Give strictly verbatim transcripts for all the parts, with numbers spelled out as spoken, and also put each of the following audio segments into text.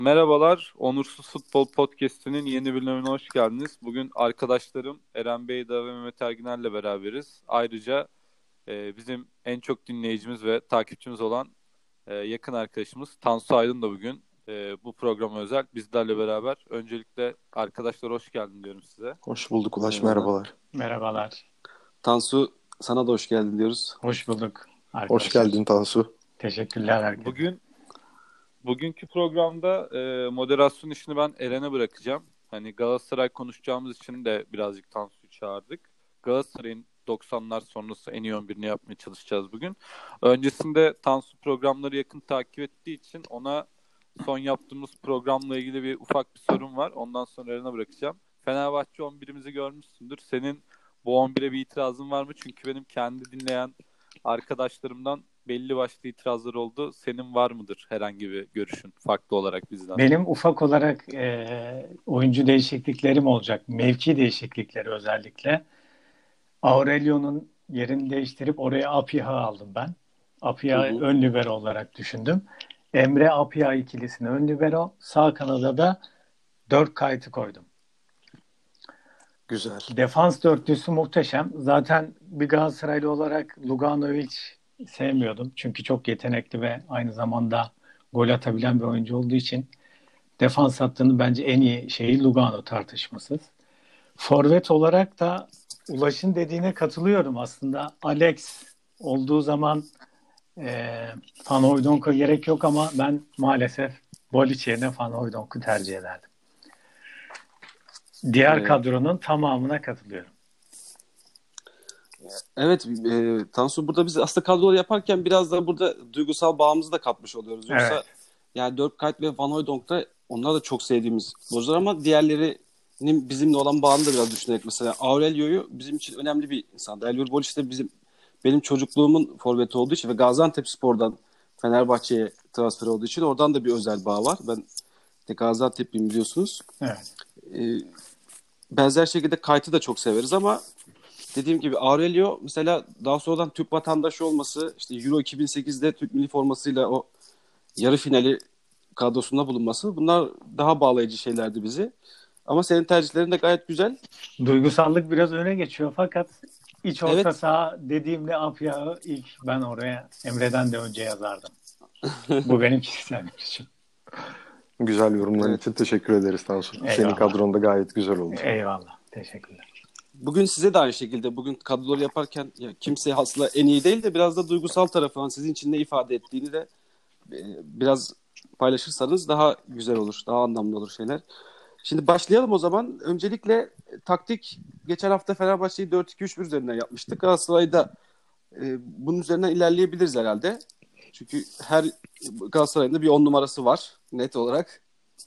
Merhabalar, Onursuz Futbol Podcast'inin yeni bölümüne hoş geldiniz. Bugün arkadaşlarım Eren Beyda ve Mehmet Erginer'le beraberiz. Ayrıca e, bizim en çok dinleyicimiz ve takipçimiz olan e, yakın arkadaşımız Tansu Aydın da bugün e, bu programa özel bizlerle beraber. Öncelikle arkadaşlar hoş geldin diyorum size. Hoş bulduk Ulaş, Merhaba. merhabalar. Merhabalar. Tansu, sana da hoş geldin diyoruz. Hoş bulduk arkadaşlar. Hoş geldin Tansu. Teşekkürler herkese. Bugün bugünkü programda e, moderasyon işini ben Eren'e bırakacağım. Hani Galatasaray konuşacağımız için de birazcık Tansu'yu çağırdık. Galatasaray'ın doksanlar sonrası en iyi on birini yapmaya çalışacağız bugün. Öncesinde Tansu programları yakın takip ettiği için ona son yaptığımız programla ilgili bir ufak bir sorun var. Ondan sonra Eren'e bırakacağım. Fenerbahçe on birimizi görmüşsündür. Senin bu on bire bir itirazın var mı? Çünkü benim kendi dinleyen arkadaşlarımdan belli başlı itirazlar oldu. Senin var mıdır herhangi bir görüşün farklı olarak bizden? Benim ufak olarak e, oyuncu değişikliklerim olacak. Mevki değişiklikleri özellikle. Aurelio'nun yerini değiştirip oraya Apiha'yı aldım ben. Apiha'yı Hı hı. ön libero olarak düşündüm. Emre Apiha ikilisini ön libero. Sağ kanada da dört kayıtı koydum. Güzel. Defans dörtlüsü muhteşem. Zaten bir Galatasaraylı olarak Lugano'yu hiç sevmiyordum. Çünkü çok yetenekli ve aynı zamanda gol atabilen bir oyuncu olduğu için defans hattının bence en iyi şeyi Lugano, tartışmasız. Forvet olarak da Ulaş'ın dediğine katılıyorum aslında. Alex olduğu zaman e, Van Hooijdonk'a gerek yok ama ben maalesef Boliç yerine Van Hooijdonk'u tercih ederdim. Diğer Evet. kadronun tamamına katılıyorum. Evet, e, Tansu, burada biz aslında kadroları yaparken biraz da burada duygusal bağımızı da katmış oluyoruz. Yoksa Evet. yani Dirk Kuyt ve Van Hooijdonk da onlar da çok sevdiğimiz futbolcular ama diğerlerinin bizimle olan bağını da biraz düşünerek mesela Aurelio'yu bizim için önemli bir insandı. Elvir Boliç de bizim benim çocukluğumun forveti olduğu için ve Gaziantepspor'dan Fenerbahçe'ye transfer olduğu için oradan da bir özel bağ var. Ben de Gaziantep'liyim, biliyorsunuz. Evet. E, benzer şekilde Kuyt'ı da çok severiz ama dediğim gibi Aurelio mesela daha sonradan Türk vatandaşı olması, işte Euro iki bin sekizde Türk milli formasıyla o yarı finali kadrosunda bulunması, bunlar daha bağlayıcı şeylerdi bizi. Ama senin tercihlerin de gayet güzel. Duygusallık biraz öne geçiyor fakat iç orta Evet. saha dediğimde Apya'yı ilk ben oraya Emre'den de önce yazardım. Bu benim kişisel görüşüm. Güzel yorumların Evet. için teşekkür ederiz Tansu. Senin Eyvallah. kadron da gayet güzel oldu. Eyvallah. Teşekkürler. Bugün size de aynı şekilde bugün kadroları yaparken ya kimse aslında en iyi değil de biraz da duygusal tarafından sizin için ne ifade ettiğini de e, biraz paylaşırsanız daha güzel olur, daha anlamlı olur şeyler. Şimdi başlayalım o zaman. Öncelikle e, taktik, geçen hafta Fenerbahçe'yi dört iki üç bir üzerinden yapmıştık. Galatasaray'da e, bunun üzerinden ilerleyebiliriz herhalde. Çünkü her Galatasaray'ın da bir on numarası var net olarak.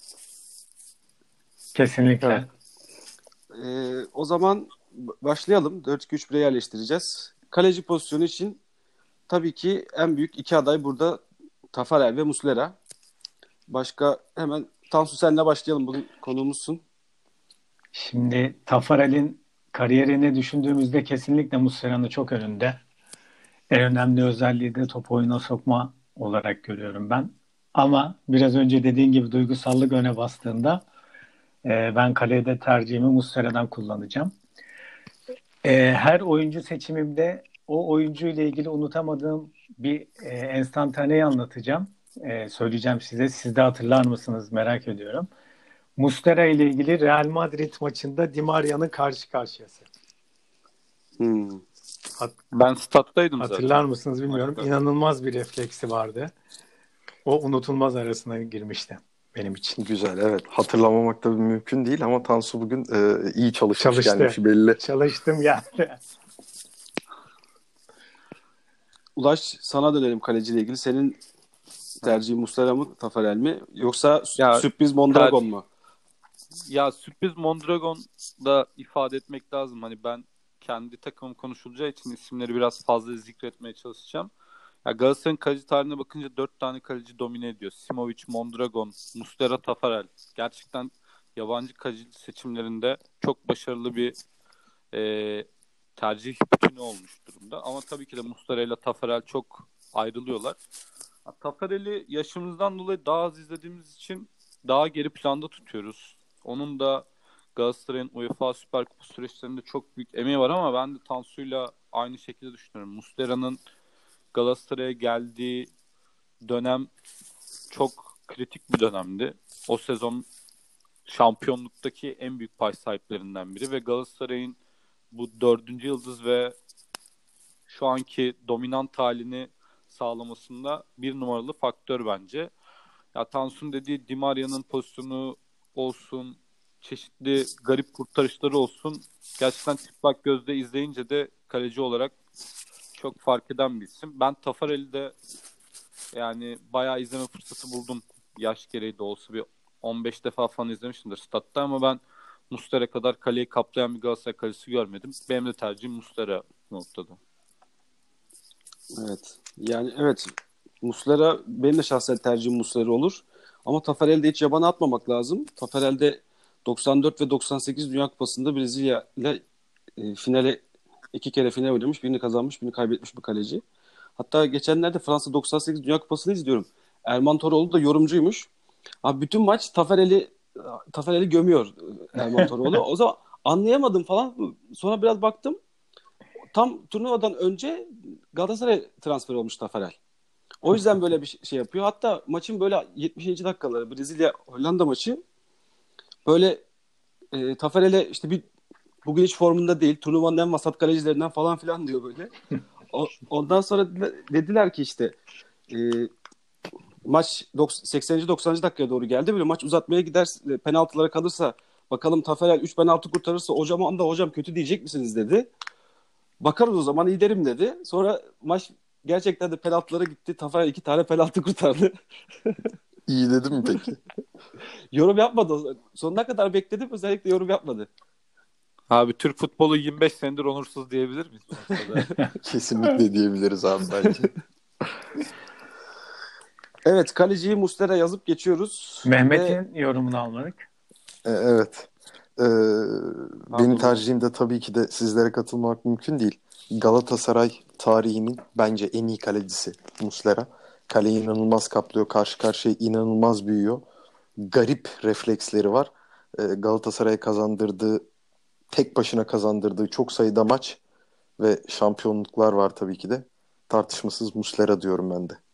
Kesinlikle. Evet. E, o zaman başlayalım. dört iki üç bire yerleştireceğiz. Kaleci pozisyonu için tabii ki en büyük iki aday burada Tafarel ve Muslera. Başka hemen Tansu, senle başlayalım. Bugün konuğumuzsun. Şimdi Tafarel'in kariyerini düşündüğümüzde kesinlikle Muslera'nın çok önünde. En önemli özelliği de topu oyuna sokma olarak görüyorum ben. Ama biraz önce dediğin gibi duygusallık öne bastığında e, ben kalede tercihimi Muslera'dan kullanacağım. E, her oyuncu seçimimde o oyuncu ile ilgili unutamadığım bir e, enstantaneyi anlatacağım. E, söyleyeceğim size. Siz de hatırlar mısınız merak ediyorum. Muslera ile ilgili Real Madrid maçında Di Maria'nın karşı karşıyası. Hmm. Hat- Ben stat'taydım hatırlar zaten. mısınız bilmiyorum. Hatta. İnanılmaz bir refleksi vardı. O unutulmaz arasına girmişti benim için. Güzel, evet. Hatırlamamak tabii mümkün değil ama Tansu bugün e, iyi çalışmış Çalıştı. gelmiş belli. Çalıştım geldi. Ulaş, sana dönelim kaleciyle ilgili. Senin tercihin Muslera mı, Tafarel mi? Yoksa sü- Ya, sürpriz Mondragon tercih- mu? Ya sürpriz Mondragon da ifade etmek lazım. Hani ben kendi takımım konuşulacağı için isimleri biraz fazla zikretmeye çalışacağım. Ya Galatasaray'ın kaleci tarihine bakınca dört tane kaleci domine ediyor. Simovic, Mondragon, Muslera, Tafarel. Gerçekten yabancı kaleci seçimlerinde çok başarılı bir e, tercih bütünü olmuş durumda. Ama tabii ki de Muslera ile Tafarel çok ayrılıyorlar. Ya, Tafarel'i yaşımızdan dolayı daha az izlediğimiz için daha geri planda tutuyoruz. Onun da Galatasaray'ın UEFA Süper Kupa süreçlerinde çok büyük emeği var ama ben de Tansu'yla aynı şekilde düşünüyorum. Muslera'nın Galatasaray'a geldiği dönem çok kritik bir dönemdi. O sezon şampiyonluktaki en büyük pay sahiplerinden biri ve Galatasaray'ın bu dördüncü yıldız ve şu anki dominant halini sağlamasında bir numaralı faktör bence. Ya Tansu'nun dediği Di Maria'nın pozisyonu olsun, çeşitli garip kurtarışları olsun. Gerçekten çıplak gözle izleyince de kaleci olarak çok fark eden bir isim. Ben Taffarel'i de yani bayağı izleme fırsatı buldum. Yaş gereği de olsa bir on beş defa falan izlemişimdir statta ama ben Muslera kadar kaleyi kaplayan bir Galatasaray kalecisi görmedim. Benim de tercihim Muslera bu noktada. Evet. Yani evet. Muslera benim de şahsen tercihim Muslera olur. Ama Taffarel'de hiç yabana atmamak lazım. Taffarel'de doksan dört ve doksan sekiz Dünya Kupası'nda Brezilya ile e, finale iki kere final oynamış. Birini kazanmış, birini kaybetmiş bir kaleci. Hatta geçenlerde Fransa doksan sekiz Dünya Kupası'nı izliyorum. Erman Toroğlu da yorumcuymuş. Abi bütün maç Taffarel'i Taffarel'i gömüyor Erman Toroğlu. O zaman anlayamadım falan. Sonra biraz baktım. Tam turnuvadan önce Galatasaray transferi olmuş Taffarel. O yüzden böyle bir şey yapıyor. Hatta maçın böyle yetmişinci dakikaları Brezilya Hollanda maçı böyle e, Taffarel'e işte bir bugün hiç formunda değil. Turnuvanın en vasat kalecilerinden falan filan diyor böyle. O, ondan sonra dediler ki işte e, maç sekseninci doksanıncı dakikaya doğru geldi. Böyle maç uzatmaya gider, penaltılara kalırsa bakalım Taffarel üç penaltı kurtarırsa hocam anda hocam kötü diyecek misiniz dedi. Bakarız o zaman iyi derim dedi. Sonra maç gerçekten de penaltılara gitti. Taffarel iki tane penaltı kurtardı. İyi dedim mi peki? Yorum yapmadı. Sonuna kadar bekledim. Özellikle yorum yapmadı. Abi Türk futbolu yirmi beş senedir onursuz diyebilir miyiz? Kesinlikle diyebiliriz abi bence. Evet, kaleciyi Muslera yazıp geçiyoruz. Mehmet'in Ve... yorumunu almadık. E, evet. Ee, benim tercihim de tabii ki de sizlere katılmak mümkün değil. Galatasaray tarihinin bence en iyi kalecisi Muslera. Kaleyi inanılmaz kaplıyor. Karşı karşıya inanılmaz büyüyor. Garip refleksleri var. Ee, Galatasaray'a kazandırdığı, tek başına kazandırdığı çok sayıda maç ve şampiyonluklar var tabii ki de. Tartışmasız Muslera diyorum ben de.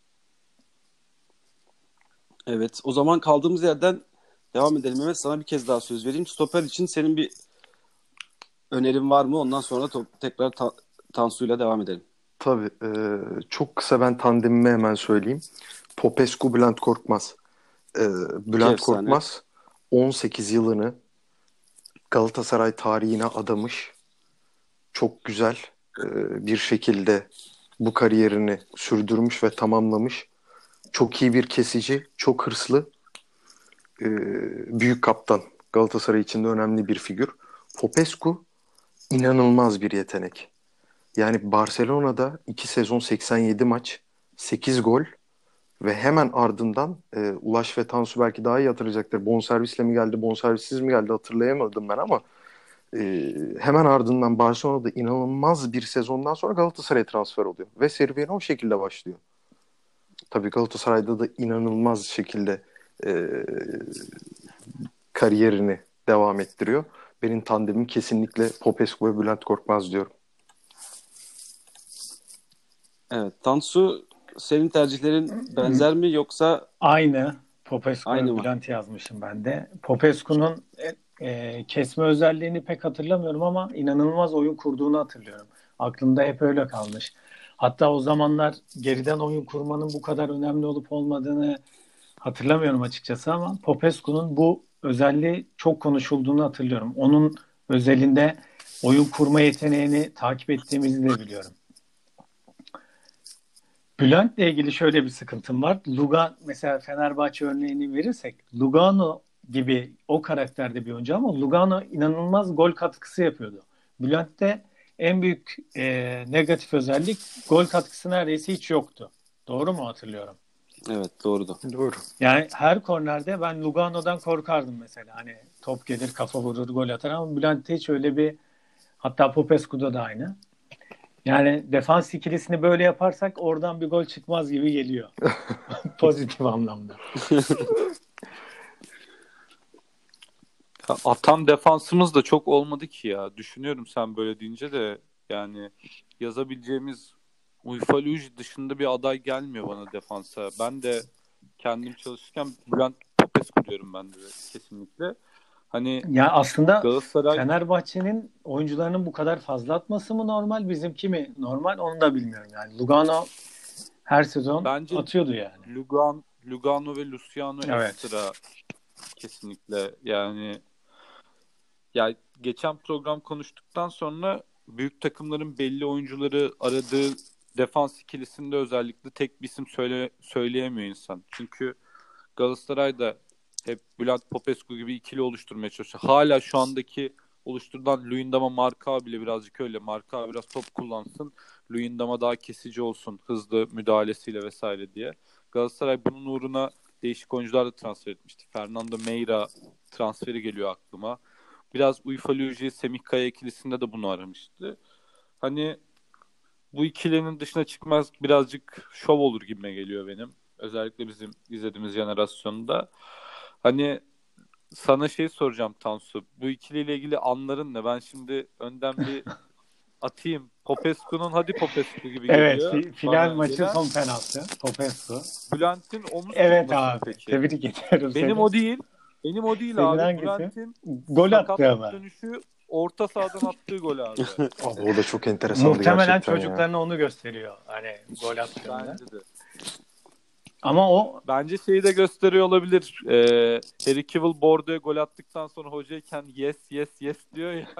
Evet. O zaman kaldığımız yerden devam edelim. Mehmet, sana bir kez daha söz vereyim. Stoper için senin bir önerin var mı? Ondan sonra to- tekrar ta- Tansu'yla devam edelim. Tabii. E, çok kısa ben tandemimi hemen söyleyeyim. Popescu, Bülent Korkmaz. E, Bülent Korkmaz on sekiz yılını Galatasaray tarihine adamış. Çok güzel e, bir şekilde bu kariyerini sürdürmüş ve tamamlamış. Çok iyi bir kesici, çok hırslı. E, büyük kaptan. Galatasaray için de önemli bir figür. Popescu inanılmaz bir yetenek. Yani Barcelona'da iki sezon seksen yedi maç, sekiz gol ve hemen ardından e, Ulaş ve Tansu belki daha iyi hatırlayacaktır. Bonservisle mi geldi, bonservissiz mi geldi hatırlayamadım ben ama e, hemen ardından Barcelona'da inanılmaz bir sezondan sonra Galatasaray'a transfer oluyor. Ve serüveni o şekilde başlıyor. Tabii Galatasaray'da da inanılmaz şekilde e, kariyerini devam ettiriyor. Benim tandemim kesinlikle Popescu ve Bülent Korkmaz diyorum. Evet. Tansu, senin tercihlerin benzer mi yoksa? Aynı. Popescu Aynı ve mı? Bülent yazmışım ben de. Popescu'nun e, e, kesme özelliğini pek hatırlamıyorum ama inanılmaz oyun kurduğunu hatırlıyorum. Aklımda hep öyle kalmış. Hatta o zamanlar geriden oyun kurmanın bu kadar önemli olup olmadığını hatırlamıyorum açıkçası ama Popescu'nun bu özelliği çok konuşulduğunu hatırlıyorum. Onun özelinde oyun kurma yeteneğini takip ettiğimizi de biliyorum. Bülent'le ilgili şöyle bir sıkıntım var. Lugan, mesela Fenerbahçe örneğini verirsek, Lugano gibi o karakterde bir oyuncu ama Lugano inanılmaz gol katkısı yapıyordu. Bülent'te en büyük e, negatif özellik gol katkısı neredeyse hiç yoktu. Doğru mu hatırlıyorum? Evet, doğrudu. Doğru. Yani her kornerde ben Lugano'dan korkardım mesela. Hani top gelir, kafa vurur, gol atar ama Bülent'te hiç öyle bir, hatta Popescu'da da aynı. Yani defans ikilisini böyle yaparsak oradan bir gol çıkmaz gibi geliyor. Pozitif anlamda. Atan defansımız da çok olmadı ki ya. Düşünüyorum sen böyle deyince de yani yazabileceğimiz Uyfa Luj dışında bir aday gelmiyor bana defansa. Ben de kendim çalışırken Bülent Popescu diyorum ben de kesinlikle. Hani Ya aslında Galatasaray Fenerbahçe'nin oyuncularının bu kadar fazla atması mı normal, bizimki mi normal, onu da bilmiyorum yani. Lugano her sezon bence atıyordu yani. Lugan, Lugano ve Luciano Evet. ekstra kesinlikle yani. Ya geçen program konuştuktan sonra büyük takımların belli oyuncuları aradığı defans ikilisinde özellikle tek bir isim söyle, söyleyemiyor insan. Çünkü Galatasaray'da hep Bülent Popescu gibi ikili oluşturmaya çalışıyor. Hala şu andaki oluşturulan Luyendam'a Marka bile birazcık öyle. Marka biraz top kullansın. Luyendam'a daha kesici olsun. Hızlı müdahalesiyle vesaire diye. Galatasaray bunun uğruna değişik oyuncular da transfer etmişti. Fernando Meira transferi geliyor aklıma. Biraz Uyfa Luji, Semih Kaya ikilisinde de bunu aramıştı. Hani bu ikilinin dışına çıkmaz birazcık şov olur gibime geliyor benim. Özellikle bizim izlediğimiz jenerasyonda. Hani sana şey soracağım Tansu. Bu ikiliyle ilgili anların ne? Ben şimdi önden bir atayım. Popescu'nun hadi Popescu gibi Evet, geliyor. fi- final Bana maçın gelen son penaltı Popescu. Bülent'in omuz Evet tutması mı abi. peki? Tebrik ediyorum Benim seni. o değil. Benim o değil Senin abi. hangisi? Bülent'in Gol attı sakatlık ama. dönüşü orta sahadan attığı gol abi. Abi o da çok enteresandı Muhtemelen gerçekten ya. çocuklarına onu gösteriyor. Hani gol attığında. Bence de. Ama o Bence şeyi de gösteriyor olabilir. Ee, Harry Cavill Bordeaux'a gol attıktan sonra hocayken yes yes yes diyor ya.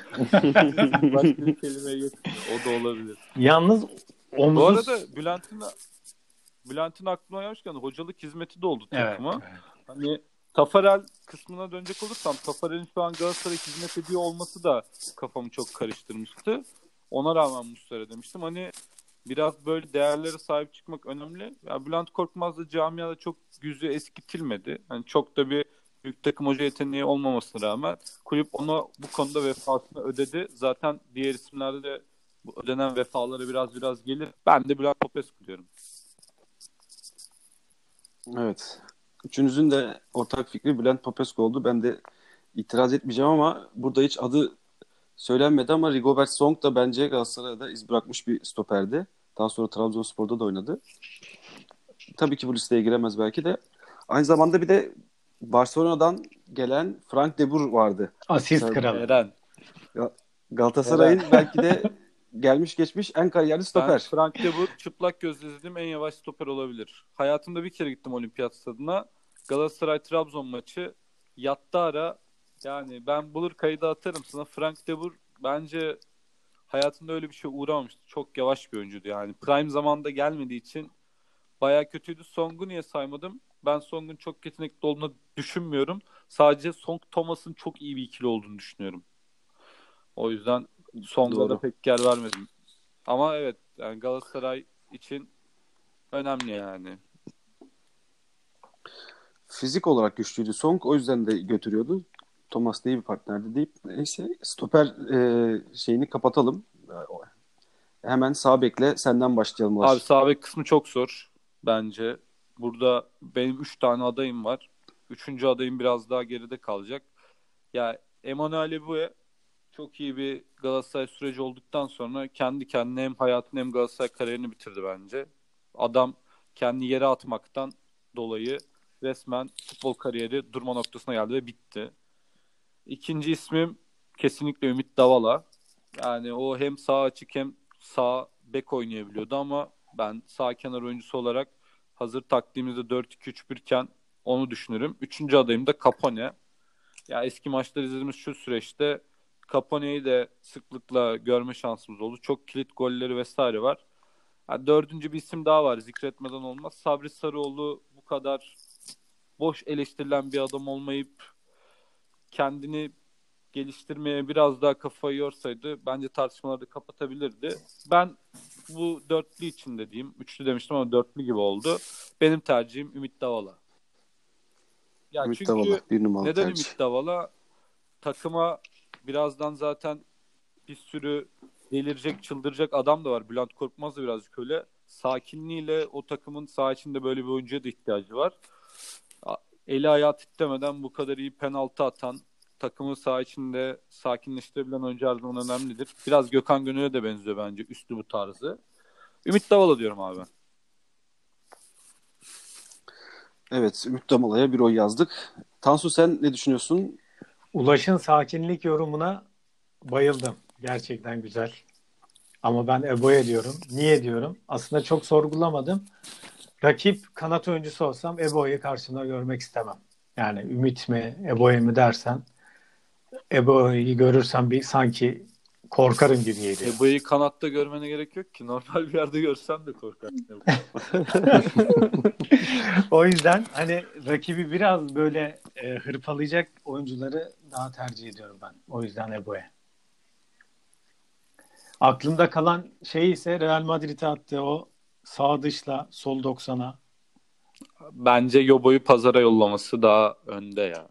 Başka bir kelime yetmiyor. O da olabilir. yalnız Bu omuzu... arada Bülent'in Bülent'in aklına gelmişken hocalık hizmeti de oldu Evet, takıma. evet. Hani Tafarel kısmına dönecek olursam Tafarel'in şu an Galatasaray'a hizmet ediyor olması da kafamı çok karıştırmıştı. Ona rağmen Muslera demiştim. Hani biraz böyle değerlere sahip çıkmak önemli. Ya Bülent Korkmaz da camiada çok yüzü eskitilmedi. Hani çok da bir büyük takım hoca yeteneği olmamasına rağmen kulüp ona bu konuda vefasını ödedi. Zaten diğer isimlerde de bu ödenen vefaları biraz biraz gelir. Ben de Bülent Popescu diyorum. Evet. Üçünüzün de ortak fikri Bülent Popescu oldu. Ben de itiraz etmeyeceğim ama burada hiç adı söylenmedi ama Rigobert Song da bence Galatasaray'da iz bırakmış bir stoperdi. Daha sonra Trabzonspor'da da oynadı. Tabii ki bu listeye giremez belki de. Aynı zamanda bir de Barcelona'dan gelen Frank de Boer vardı. Asist kralı. Eren. Galatasaray'ın Eren. belki de gelmiş geçmiş en kariyerli Ben stoper. Frank de Boer çıplak gözle izlediğim en yavaş stoper olabilir. Hayatımda bir kere gittim olimpiyat stadına. Galatasaray-Trabzon maçı yattı ara. Yani ben bulur kaydı atarım sana. Frank de Boer bence hayatında öyle bir şey uğramamıştı. Çok yavaş bir oyuncuydu yani. Prime zamanda gelmediği için bayağı kötüydü. Song'u niye saymadım? Ben Song'un çok yetenekli olduğunu düşünmüyorum. Sadece Song Thomas'ın çok iyi bir ikili olduğunu düşünüyorum. O yüzden Song'a da Doğru. pek yer vermedim. Ama evet yani Galatasaray için önemli yani. Fizik olarak güçlüydü Song. O yüzden de götürüyordu. Thomas da iyi bir partnerdi deyip neyse stoper e, şeyini kapatalım. Hemen sağ bekle senden başlayalım. Abi Ulaş. sağ bek kısmı çok zor bence. Burada benim üç tane adayım var. Üçüncü adayım biraz daha geride kalacak. Ya Emmanuel Eboué çok iyi bir Galatasaray süreci olduktan sonra kendi kendine hem hayatını hem Galatasaray kariyerini bitirdi bence. Adam kendi yere atmaktan dolayı resmen futbol kariyeri durma noktasına geldi ve bitti. İkinci ismim kesinlikle Ümit Davala. Yani o hem sağ açık hem sağ bek oynayabiliyordu ama ben sağ kenar oyuncusu olarak hazır taktiğimizde dört iki üç bir iken onu düşünürüm. Üçüncü adayım da Capone. Ya eski maçları izlediğimiz şu süreçte Capone'yi de sıklıkla görme şansımız oldu. Çok kilit golleri vesaire var. Ya dördüncü bir isim daha var zikretmeden olmaz. Sabri Sarıoğlu bu kadar boş eleştirilen bir adam olmayıp kendini geliştirmeye biraz daha kafayı yorsaydı bence tartışmaları da kapatabilirdi. Ben bu dörtlü içinde diyeyim. Üçlü demiştim ama dörtlü gibi oldu. Benim tercihim Ümit Davala. Ya Ümit çünkü Davala bir numaralı neden tercih. Ümit Davala? Takıma birazdan zaten bir sürü delirecek, çıldıracak adam da var. Bülent Korkmaz da birazcık öyle. Sakinliğiyle o takımın saha içinde böyle bir oyuncuya da ihtiyacı var. Eli ayağı titremeden bu kadar iyi penaltı atan, takımı saha içinde sakinleştirebilen oyuncu her zaman önemlidir. Biraz Gökhan Gönül'e de benziyor bence üstü bu tarzı. Ümit Davala diyorum abi. Evet, Ümit Davala'ya bir oy yazdık. Tansu sen ne düşünüyorsun? Ulaş'ın sakinlik yorumuna bayıldım. Gerçekten güzel. Ama ben Ebo'ya diyorum. Niye diyorum? Aslında çok sorgulamadım. Rakip kanat oyuncusu olsam Ebo'yu karşımda görmek istemem. Yani Ümit mi, Ebo'ya mı dersen Ebo'yu görürsem bir sanki korkarım gibi geliyor. Ebo'yu kanatta görmene gerek yok ki. Normal bir yerde görsen de korkarsın. O yüzden hani rakibi biraz böyle e, hırpalayacak oyuncuları daha tercih ediyorum ben. O yüzden Ebo'ya. Aklımda kalan şey ise Real Madrid'e attığı o sağ dışla sol doksana. Bence Yobo'yu pazara yollaması daha önde ya.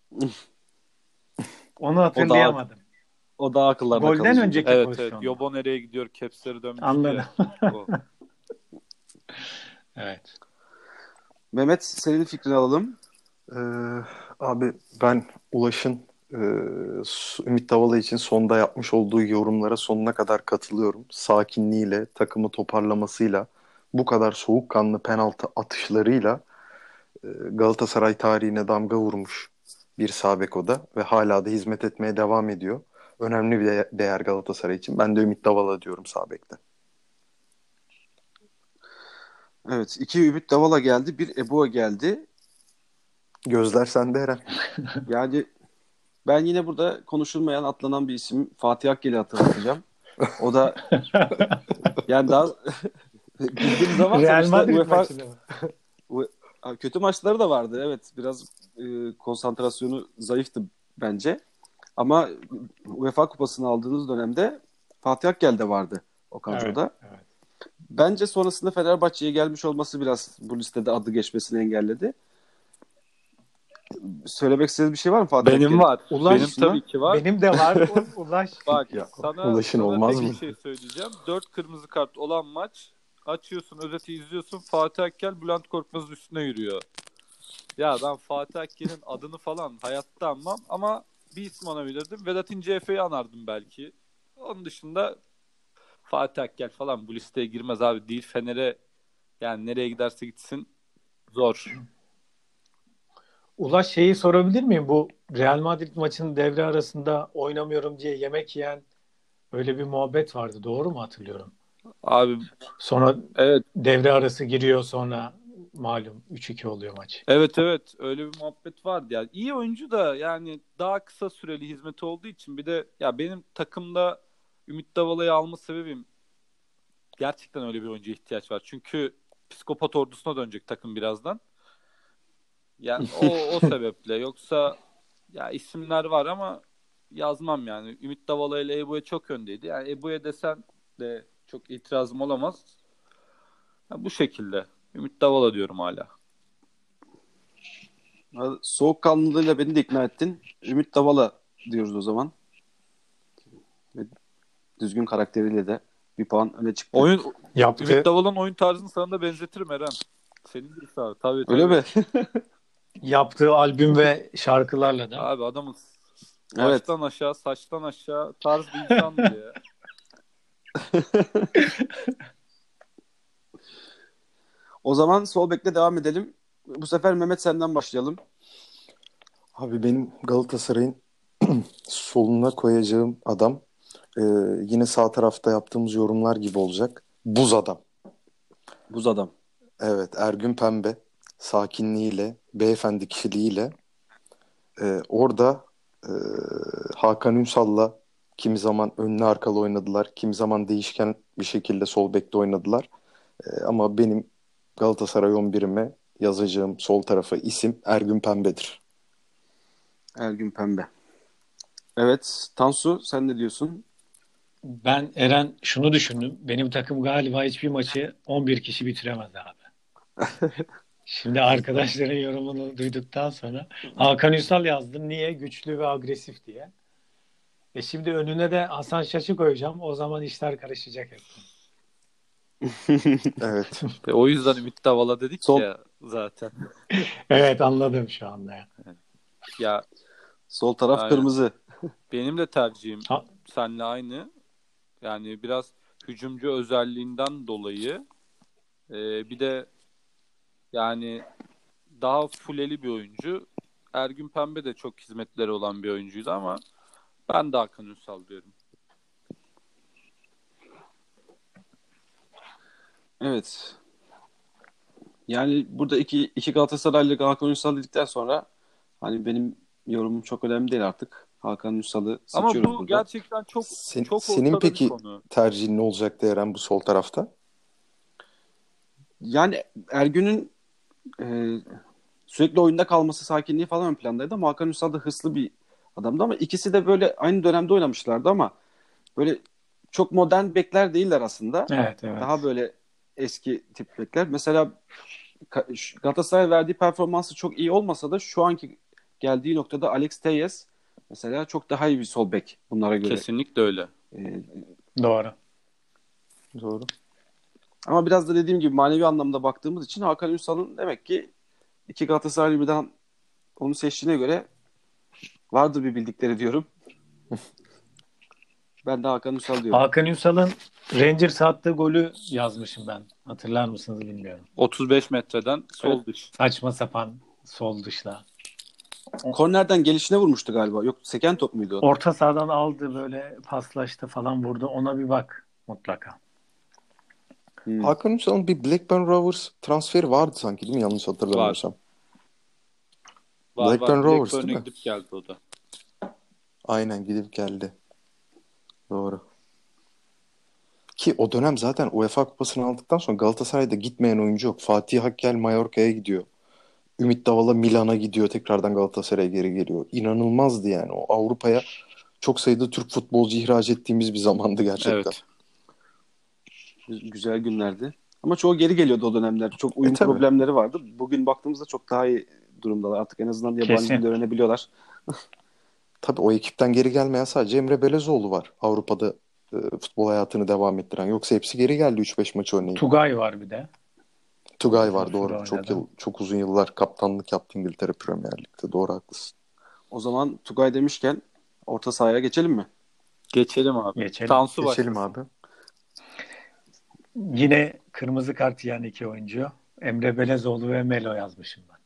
Onu hatırlayamadım. O daha akıllarda Golden kalıcı. önceki Evet pozisyonda. evet. Yobo nereye gidiyor? Kepsleri dönmüştü Anladım. ya. O. Evet. Mehmet senin fikrini alalım. Ee, abi ben Ulaş'ın e, Ümit Davala için sonda yapmış olduğu yorumlara sonuna kadar katılıyorum. Sakinliğiyle, takımı toparlamasıyla, bu kadar soğukkanlı penaltı atışlarıyla e, Galatasaray tarihine damga vurmuş bir sağ bek o da ve hala da hizmet etmeye devam ediyor. Önemli bir de- değer Galatasaray için. Ben de Ümit Davala diyorum sağ bekte. Evet, iki Ümit Davala geldi, bir Eboa geldi. Gözler sende Eren. Yani ben yine burada konuşulmayan, atlanan bir isim Fatih Akgel'i hatırlatacağım. O da yani daha bildiğim zaman Real sonuçta Madrid UEFA maçında mı? U- kötü maçları da vardı. Evet, biraz e, konsantrasyonu zayıftı bence. Ama UEFA Kupası'nı aldığınız dönemde Fatih Akgel de vardı o kadroda. Evet, evet. Bence sonrasında Fenerbahçe'ye gelmiş olması biraz bu listede adı geçmesini engelledi. Söylemek istediğiniz bir şey var mı Fatih Benim Akgel'in var. Ulaş- Benim tabii ki var. Benim de var. U- Ulaş. Bak Ya, sana, Ulaş'ın sana olmaz tek mı? bir şey söyleyeceğim. Dört kırmızı kart olan maç. Açıyorsun, özeti izliyorsun. Fatih Akkel Bülent Korkmaz'ın üstüne yürüyor. Ya ben Fatih Akkel'in adını falan hayatta anmam ama bir isim anabilirdim. Vedat İnce Efe'yi anardım belki. Onun dışında Fatih Akkel falan bu listeye girmez abi. Değil Fener'e, yani nereye giderse gitsin zor. Ulaş şeyi sorabilir miyim? Bu Real Madrid maçının devre arasında oynamıyorum diye yemek yiyen öyle bir muhabbet vardı. Doğru mu hatırlıyorum? Abi Sonra evet. devre arası giriyor, sonra malum üç iki oluyor maç. Evet evet öyle bir muhabbet vardı ya. İyi oyuncu da yani daha kısa süreli hizmeti olduğu için bir de ya benim takımda Ümit Davala'yı alma sebebim gerçekten öyle bir oyuncuya ihtiyaç var. Çünkü psikopat ordusuna dönecek takım birazdan. Yani o o sebeple yoksa ya isimler var ama yazmam yani. Ümit Davala ile Ebu'ya çok öndeydi. Yani Ebu'ya desen de çok itirazım olamaz. Ya bu şekilde. Ümit Davala diyorum hala. soğukkanlılığıyla beni de ikna ettin. Ümit Davala diyoruz o zaman. Ve düzgün karakteriyle de bir puan öne çıktı. Oyun Yaptı. Ümit Davala'nın oyun tarzını sana da benzetirim Eren. Senin de sağ. Tabii tabii. Öyle mi? Yaptığı albüm ve şarkılarla da. Abi adamın Evet. baştan aşağı, saçtan aşağı tarz bir insandı ya. O zaman sol bekle devam edelim. Bu sefer Mehmet senden başlayalım. Abi benim Galatasaray'ın soluna koyacağım adam e, yine sağ tarafta yaptığımız yorumlar gibi olacak. Buz adam. Buz adam. Evet, Ergün Pembe sakinliğiyle, beyefendi kişiliğiyle e, orada e, Hakan Ünsal'la kimi zaman önlü arkalı oynadılar, kimi zaman değişken bir şekilde sol bekte oynadılar. E, ama benim Galatasaray on birime yazacağım sol tarafa isim Ergün Pembe'dir. Ergün Pembe. Evet. Tansu sen ne diyorsun? Ben Eren şunu düşündüm. Benim takım galiba hiçbir maçı on bir kişi bitiremez abi. Şimdi arkadaşların yorumunu duyduktan sonra Hakan Ünsal yazdım. Niye? Güçlü ve agresif diye. E şimdi önüne de Hasan Şaş'ı koyacağım. O zaman işler karışacak hep. Evet. Ve o yüzden Ümit Davala dedik Sol- ya zaten. Evet, anladım şu anda ya. Ya Sol taraf Aynen. kırmızı. Benim de tercihim Ha. seninle aynı. Yani biraz hücumcu özelliğinden dolayı e, bir de yani daha fuleli bir oyuncu. Ergün Pembe de çok hizmetleri olan bir oyuncuydu ama ben de Hakan Ünsal diyorum. Evet. Yani burada iki, iki Galatasaraylı Hakan Ünsal dedikten sonra hani benim yorumum çok önemli değil artık. Hakan Ünsal'ı Ama seçiyoruz bu burada. gerçekten çok Sen- çok senin ortada bir peki konu. tercihin ne olacaktı Eren bu sol tarafta? Yani Ergün'ün e, sürekli oyunda kalması, sakinliği falan ön plandaydı ama Hakan Ünsal da hırslı bir adamdı ama ikisi de böyle aynı dönemde oynamışlardı ama böyle çok modern bekler değiller aslında. Evet, evet. Daha böyle eski tip bekler. Mesela Ka- Galatasaray verdiği performansı çok iyi olmasa da şu anki geldiği noktada Alex Telles mesela çok daha iyi bir sol bek bunlara göre. Kesinlikle öyle. Ee, Doğru. Doğru. ama biraz da dediğim gibi manevi anlamda baktığımız için Hakan Ünsal'ın demek ki iki Galatasaraylı birden onu seçtiğine göre vardır bir bildikleri diyorum. Ben de Hakan Ünsal diyorum. Hakan Ünsal'ın Rangers attığı golü yazmışım ben. Hatırlar mısınız bilmiyorum. otuz beş metreden sol Evet. dış. Saçma sapan sol dışla. Kornerden gelişine vurmuştu galiba. Yok, seken top muydu o? Orta sahadan aldı, böyle paslaştı falan, vurdu. Ona bir bak mutlaka. Hmm. Hakan Ünsal'ın bir Blackburn Rovers transferi vardı sanki değil mi? Yanlış hatırlamıyorsam. Var Blackburn var. Rovers Blackburn'e değil mi? gidip geldi o da. Aynen gidip geldi. Doğru. Ki o dönem zaten UEFA Kupası'nı aldıktan sonra Galatasaray'da gitmeyen oyuncu yok. Fatih Akgel Mallorca'ya gidiyor. Ümit Davala Milan'a gidiyor. Tekrardan Galatasaray'a geri geliyor. İnanılmazdı yani. O Avrupa'ya çok sayıda Türk futbolcu ihraç ettiğimiz bir zamandı gerçekten. Evet. Güzel günlerdi. Ama çoğu geri geliyordu o dönemler. Çok uyum E, tabii. problemleri vardı. Bugün baktığımızda çok daha iyi durumdalar. Artık en azından yabancı Kesin. dil öğrenebiliyorlar. Tabii o ekipten geri gelmeyen sadece Emre Belezoğlu var. Avrupa'da e, futbol hayatını devam ettiren. Yoksa hepsi geri geldi üç beş maç oynayıp. Tugay var bir de. Tugay Uzun var süre doğru. oynadı. Çok yıl, çok uzun yıllar kaptanlık yaptı İngiltere Premier Lig'de. Doğru haklısın. O zaman Tugay demişken orta sahaya geçelim mi? Geçelim abi. Geçelim. Tansu Geçelim başlasın. abi. Yine kırmızı kart yiyen iki oyuncu. Emre Belezoğlu ve Melo yazmışım ben.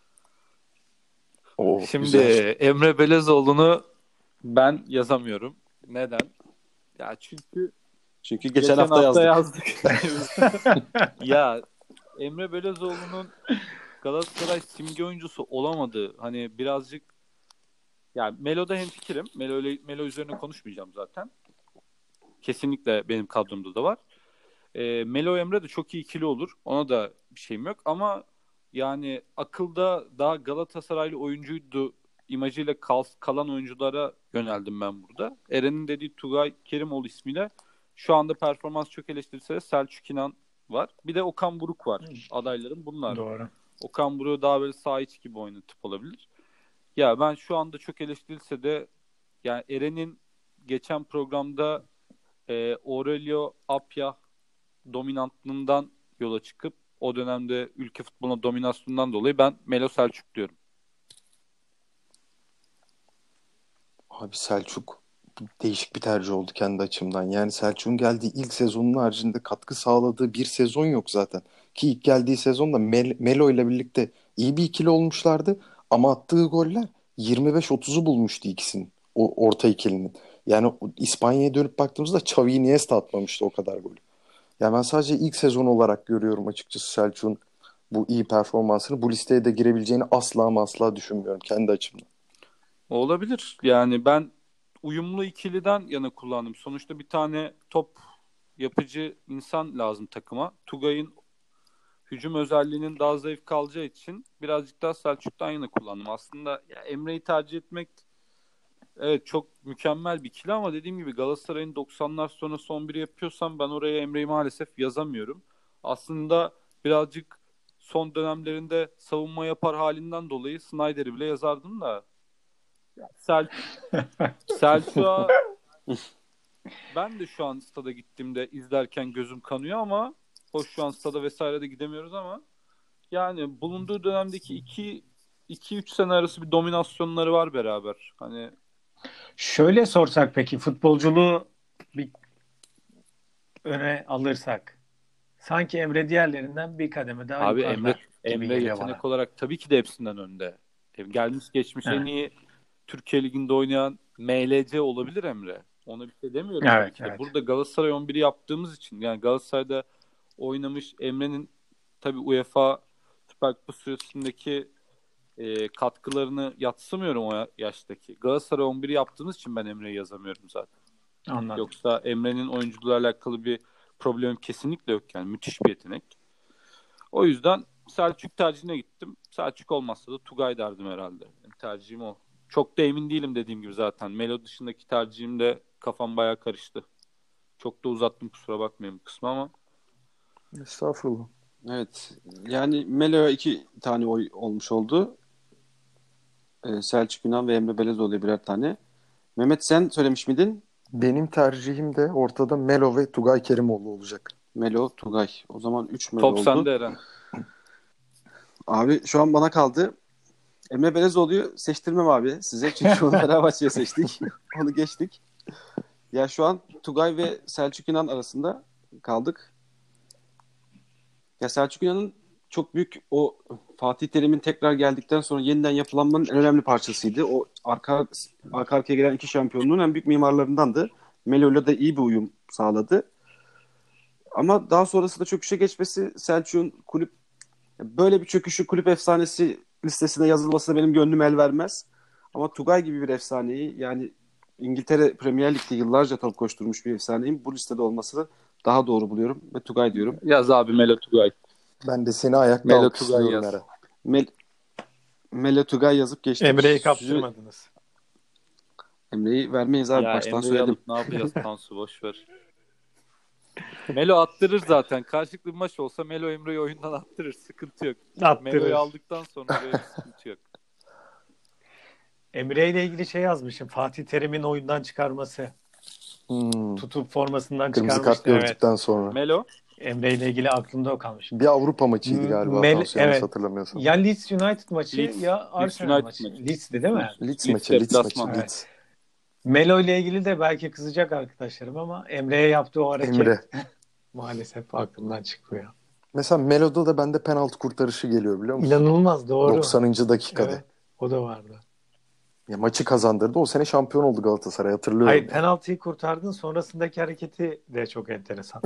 Oo, Şimdi güzel. Emre Belezoğlu'nu ben yazamıyorum. Neden? Ya çünkü Çünkü geçen, geçen hafta, hafta yazdık. yazdık. Ya Emre Belezoğlu'nun Galatasaray simge oyuncusu olamadı. Hani birazcık yani Melo'da hemfikirim. Melo, Melo üzerine konuşmayacağım zaten. Kesinlikle benim kadromda da var. E, Melo Emre de çok iyi ikili olur. Ona da bir şeyim yok ama yani akılda daha Galatasaraylı oyuncuydu imajıyla kal, kalan oyunculara yöneldim ben burada. Eren'in dediği Tugay Kerimoğlu ismiyle şu anda performans çok eleştirilse de Selçuk İnan var. Bir de Okan Buruk var. Adaylarım bunlar. Doğru. Okan Buruk daha böyle sağ iç gibi oynatıp olabilir. Ya ben şu anda çok eleştirilse de yani Eren'in geçen programda e, Aurelio Apia dominantlığından yola çıkıp o dönemde ülke futboluna dominasyonundan dolayı ben Melo Selçuk diyorum. Abi Selçuk değişik bir tercih oldu kendi açımdan. Yani Selçuk'un geldiği ilk sezonun haricinde katkı sağladığı bir sezon yok zaten. Ki ilk geldiği sezonda Mel- Melo ile birlikte iyi bir ikili olmuşlardı. Ama attığı goller yirmi beş otuzu bulmuştu ikisinin. O orta ikilinin. Yani o- İspanya'ya dönüp baktığımızda Xavi Iniesta atmamıştı o kadar golü. Yani ben sadece ilk sezon olarak görüyorum açıkçası Selçuk'un bu iyi performansını. Bu listeye de girebileceğini asla ama asla düşünmüyorum kendi açımdan. Olabilir. Yani ben uyumlu ikiliden yana kullandım. Sonuçta bir tane top yapıcı insan lazım takıma. Tugay'ın hücum özelliğinin daha zayıf kalacağı için birazcık daha Selçuk'tan yana kullandım. Aslında ya Emre'yi tercih etmek evet çok mükemmel bir ikili ama dediğim gibi Galatasaray'ın doksanlar sonra son biri yapıyorsam ben oraya Emre'yi maalesef yazamıyorum. Aslında birazcık son dönemlerinde savunma yapar halinden dolayı Snyder'i bile yazardım da Sel Selçuk'a ben de şu an stada gittiğimde izlerken gözüm kanıyor ama hoş şu an stada vesaire de gidemiyoruz ama yani bulunduğu dönemdeki iki iki üç sene arası bir dominasyonları var beraber. Hani şöyle sorsak peki futbolculuğu bir öne alırsak sanki Emre diğerlerinden bir kademe daha abi yukarıda Emre gibi Emre geliyor yetenek bana. olarak tabii ki de hepsinden önde. Gelmiş geçmiş en Evet, iyi Türkiye Ligi'nde oynayan M L C olabilir Emre. Ona bir şey demiyorum tabii evet, ki de. evet. Burada Galatasaray on biri yaptığımız için yani Galatasaray'da oynamış Emre'nin tabii UEFA Süper Kupa süresindeki e, katkılarını yadsımıyorum o ya- yaştaki. Galatasaray on biri yaptığımız için ben Emre'yi yazamıyorum zaten. Anladım. Yoksa Emre'nin oyunculuğuyla alakalı bir problemim kesinlikle yok yani. Müthiş bir yetenek. O yüzden Selçuk tercihine gittim. Selçuk olmazsa da Tugay derdim herhalde. Yani tercihim o. Çok da emin değilim dediğim gibi zaten. Melo dışındaki tercihimde kafam bayağı karıştı. Çok da uzattım kusura bakmayın bu kısmı ama. Estağfurullah. Evet. Yani Melo'ya iki tane oy olmuş oldu. Ee, Selçuk Yunan ve Emre Belezoğlu'ya birer tane. Mehmet sen söylemiş miydin? Benim tercihim de ortada Melo ve Tugay Kerimoğlu olacak. Melo, Tugay. O zaman üç Melo Top oldu. sende Eren. Abi şu an bana kaldı. Emre Belezoğlu'yu seçtirmem abi size. Çünkü onu Fenerbahçe'ye seçtik. Onu geçtik. Ya şu an Tugay ve Selçuk İnan arasında kaldık. Ya Selçuk İnan'ın çok büyük o Fatih Terim'in tekrar geldikten sonra yeniden yapılanmanın en önemli parçasıydı. O arka arka arkaya gelen iki şampiyonluğun en büyük mimarlarındandı. Melo'yla da iyi bir uyum sağladı. Ama daha sonrasında çöküşe geçmesi Selçuk'un kulüp böyle bir çöküşü kulüp efsanesi listesine yazılması benim gönlüm el vermez. Ama Tugay gibi bir efsaneyi yani İngiltere Premier Lig'de yıllarca top koşturmuş bir efsaneyin bu listede olmasını daha doğru buluyorum ve Tugay diyorum. Yaz abi Melo Tugay. Ben de seni ayakta Melo alkışlıyorum Tugay yaz. Eren. Mel Mele Tugay yazıp geçtik. Emre'yi Sözü- kaptırmadınız. Emre'yi vermeyiz abi Ya baştan Emre'yi söyledim. alıp ne yapacağız Tansu boş ver. Melo attırır zaten. Karşılıklı bir maç olsa Melo Emre'yi oyundan attırır. Sıkıntı yok. Attırır. Melo'yu aldıktan sonra böyle bir sıkıntı yok. Emre ile ilgili şey yazmışım. Fatih Terim'in oyundan çıkarması. Hmm. Tutup formasından Kırmızı çıkarmıştı. kart Evet. gördükten sonra. Melo Emre ile ilgili aklımda o kalmış. Bir Avrupa maçıydı galiba Mel- Tansu yanlış evet. hatırlamıyorsam. Ya Leeds United maçı Leeds, ya Leeds Arsenal United maçı. maçı. Leeds'ti değil mi? Leeds Leeds maçı, Leeds maçı, deplasman. Leeds. Melo ile ilgili de belki kızacak arkadaşlarım ama Emre'ye yaptığı o hareket Emre. maalesef aklımdan çıkmıyor. Mesela Melo'da da bende penaltı kurtarışı geliyor biliyor musun? İnanılmaz doğru. doksanıncı dakikada. Evet, o da vardı. Ya maçı kazandırdı. O sene şampiyon oldu Galatasaray hatırlıyorum. Hayır, yani. penaltıyı kurtardın, sonrasındaki hareketi de çok enteresan.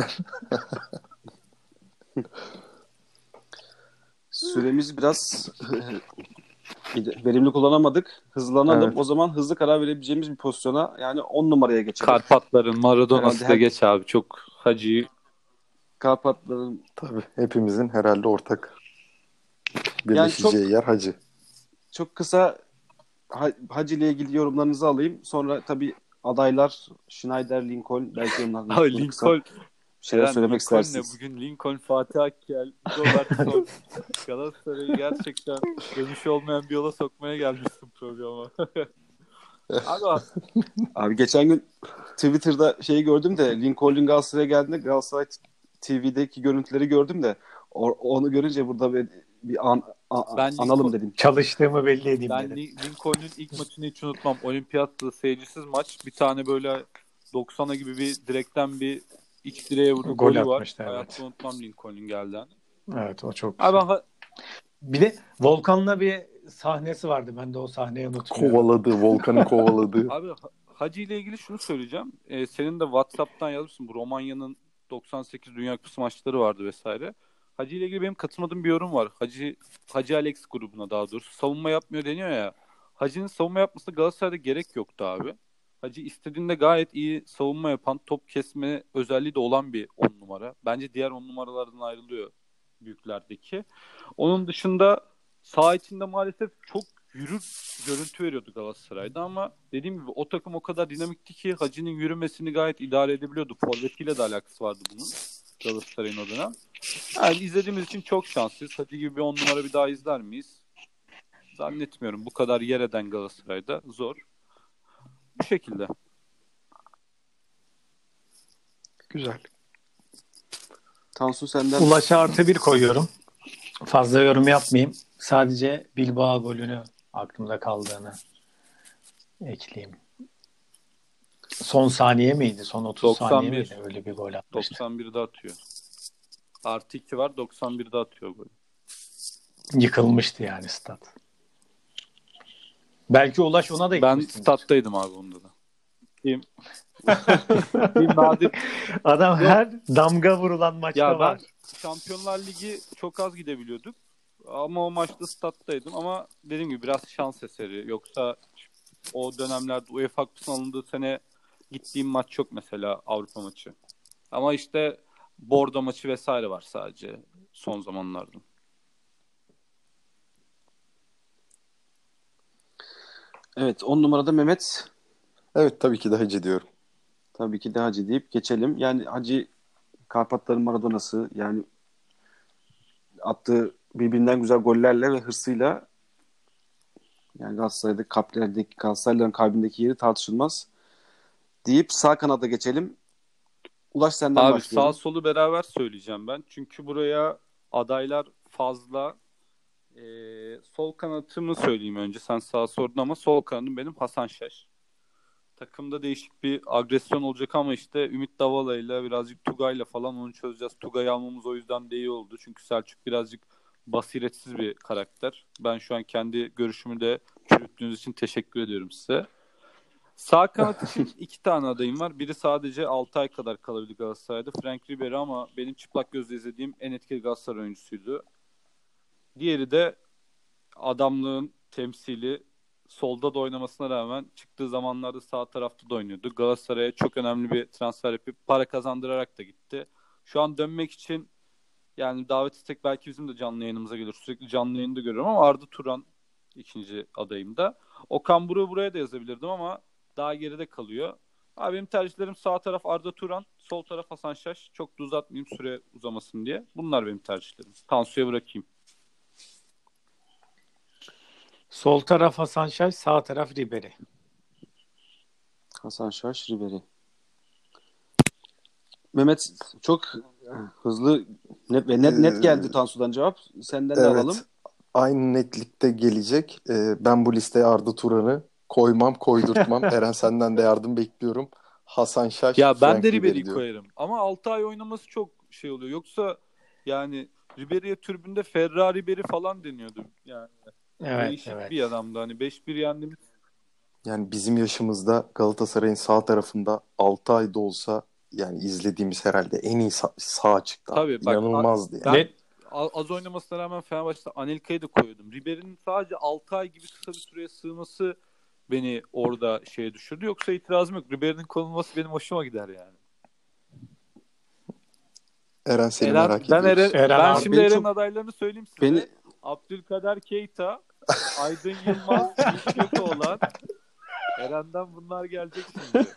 Süremiz biraz verimli kullanamadık. Hızlanalım. Evet. O zaman hızlı karar verebileceğimiz bir pozisyona yani on numaraya geçelim. Karpatların Maradona'sı Herhalde da her- geç abi. Çok Hacı'yı Karpatların Tabii hepimizin herhalde ortak Yani birleşeceği çok- yer Hacı. çok kısa Ha- Hacı ile ilgili yorumlarınızı alayım. Sonra tabii adaylar Schneider, Lincoln belki onlardan Abi sonra kısa Lincoln bir şeyler Eren, söylemek Lincoln ne? istersiniz. Bugün Lincoln, Fatih Akkel, Robertson Galatasaray'ı gerçekten dönüş olmayan bir yola sokmaya gelmişsin programa. Abi Abi geçen gün Twitter'da şeyi gördüm de Lincoln Galatasaray'a geldiğinde Galatasaray T V'deki görüntüleri gördüm de o- onu görünce burada bir, bir an, a- Ben analım Lincoln- dedim. Çalıştığımı belli edeyim ben dedim. Li- Lincoln'un ilk maçını hiç unutmam. Olimpiyatta seyircisiz maç. Bir tane böyle doksana gibi bir direkten bir iç direğe vurdu. Gol Golü var. atmıştı, evet. Hayatta unutmam Lincoln'un geldiğini. Evet, o çok Abi güzel. ben ha- Bir de Volkan'la bir sahnesi vardı. Ben de o sahneyi unutmuyorum. Kovaladı, Volkan'ı kovaladı. Abi Ha- Hacı ile ilgili şunu söyleyeceğim. Ee, senin de WhatsApp'tan yazmışsın. Bu Romanya'nın doksan sekiz Dünya Kupası maçları vardı vesaire. Hacı ile ilgili benim katılmadığım bir yorum var. Hacı Hacı Alex grubuna daha doğrusu savunma yapmıyor deniyor ya. Hacı'nın savunma yapmasına Galatasaray'da gerek yoktu abi. Hacı istediğinde gayet iyi savunma yapan, top kesme özelliği de olan bir on numara. Bence diğer on numaralardan ayrılıyor büyüklerdeki. Onun dışında saha içinde maalesef çok yürür görüntü veriyordu Galatasaray'da ama dediğim gibi o takım o kadar dinamikti ki Hacı'nın yürümesini gayet idare edebiliyordu. Forvetiyle de alakası vardı bunun Galatasaray'ın o dönem. Yani izlediğimiz için çok şanslıyız. Hacı gibi bir on numara bir daha izler miyiz? Zannetmiyorum. Bu kadar yer eden Galatasaray'da zor. Bu şekilde. Güzel. Tansu senden Ulaş'a artı bir koyuyorum. Fazla yorum yapmayayım. sadece Bilbao golünü aklımda kaldığını ekleyeyim. Son saniye miydi? Son otuz saniye doksan bir miydi? Öyle bir gol atmıştı. doksan birde atıyor. Artı iki var, doksan birde atıyor golü. Yıkılmıştı yani stat. Belki Ulaş ona da Ben gitmiştir. stat'taydım abi onda da. Kim? Kim nadir? Adam Yok. her damga vurulan maçta Ya ben var. Şampiyonlar Ligi çok az gidebiliyorduk. Ama o maçta stat'taydım. Ama dediğim gibi biraz şans eseri. Yoksa o dönemlerde UEFA Kupası'nın alındığı sene gittiğim maç yok mesela, Avrupa maçı. Ama işte Bordo maçı vesaire var sadece son zamanlarda. Evet, on numarada Mehmet. Evet, tabii ki de Hacı diyorum. Tabii ki de Hacı deyip geçelim. Yani Hacı Karpatların Maradona'sı, yani attığı birbirinden güzel gollerle ve hırsıyla yani Galatasaray'da kalplerdeki, Galatasaraylıların kalbindeki yeri tartışılmaz deyip sağ kanada geçelim. Ulaş senden Abi başlayalım. sağ solu beraber söyleyeceğim ben. Çünkü buraya adaylar fazla. Ee, sol kanatımı söyleyeyim önce. Sen sağ sordun ama sol kanatım benim Hasan Şaş. Takımda değişik bir agresyon olacak ama işte Ümit Davala'yla birazcık Tugay'la falan onu çözeceğiz. Tugay'ı almamız o yüzden de iyi oldu. Çünkü Selçuk birazcık basiretsiz bir karakter. Ben şu an kendi görüşümü de çürüttüğünüz için teşekkür ediyorum size. Sağ kanat için iki tane adayım var. Biri sadece altı ay kadar kalabilir Galatasaray'da. Frank Ribery ama benim çıplak gözle izlediğim en etkili Galatasaray oyuncusuydu. Diğeri de adamlığın temsili, solda da oynamasına rağmen çıktığı zamanlarda sağ tarafta da oynuyordu. Galatasaray'a çok önemli bir transfer yapıp para kazandırarak da gitti. Şu an dönmek için yani davet etsek belki bizim de canlı yayınımıza gelir. Sürekli canlı yayında görüyorum ama Arda Turan ikinci adayım da. Okan Buruk'u buraya da yazabilirdim ama daha geride kalıyor. Abi benim tercihlerim sağ taraf Arda Turan, sol taraf Hasan Şaş. Çok da uzatmayayım süre uzamasın diye. Bunlar benim tercihlerim. Tansu'ya bırakayım. Sol taraf Hasan Şaş, sağ taraf Ribery. Hasan Şaş, Ribery. Mehmet çok hızlı net ve net, net geldi Tansu'dan cevap. Senden de Evet, alalım. aynı netlikte gelecek. Ee, ben bu listeye Arda Turan'ı koymam, koydurtmam. Eren, senden de yardım bekliyorum. Hasan Şaş, Ya ben Frank de Ribery Ribery'i diyorum. koyarım. Ama altı ay oynaması çok şey oluyor. Yoksa yani Ribery'e tribünde Ferrari Ribery falan deniyordu. Yani Evet, değişik evet. bir adamdı. Hani beş bir yendiğimiz. Yani bizim yaşımızda Galatasaray'ın sağ tarafında altı ayda olsa yani izlediğimiz herhalde en iyi sağ, sağ açıkta. Tabii bak, İnanılmazdı ben yani. a- az oynamasına rağmen Fenerbahçe'de Anelka'yı da koyuyordum. Ribery'nin sadece altı ay gibi kısa bir süreye sığması beni orada şeye düşürdü. Yoksa itirazım yok. Ribery'nin konulması benim hoşuma gider yani. Eren, seni Eren, merak ben ediyoruz. Eren, Eren ben abi, şimdi beni Eren'in çok- adaylarını söyleyeyim size. Beni Abdülkader Keita, Aydın Yılmaz, Yiğit Gökoğlan. Eren'den bunlar gelecek şimdi.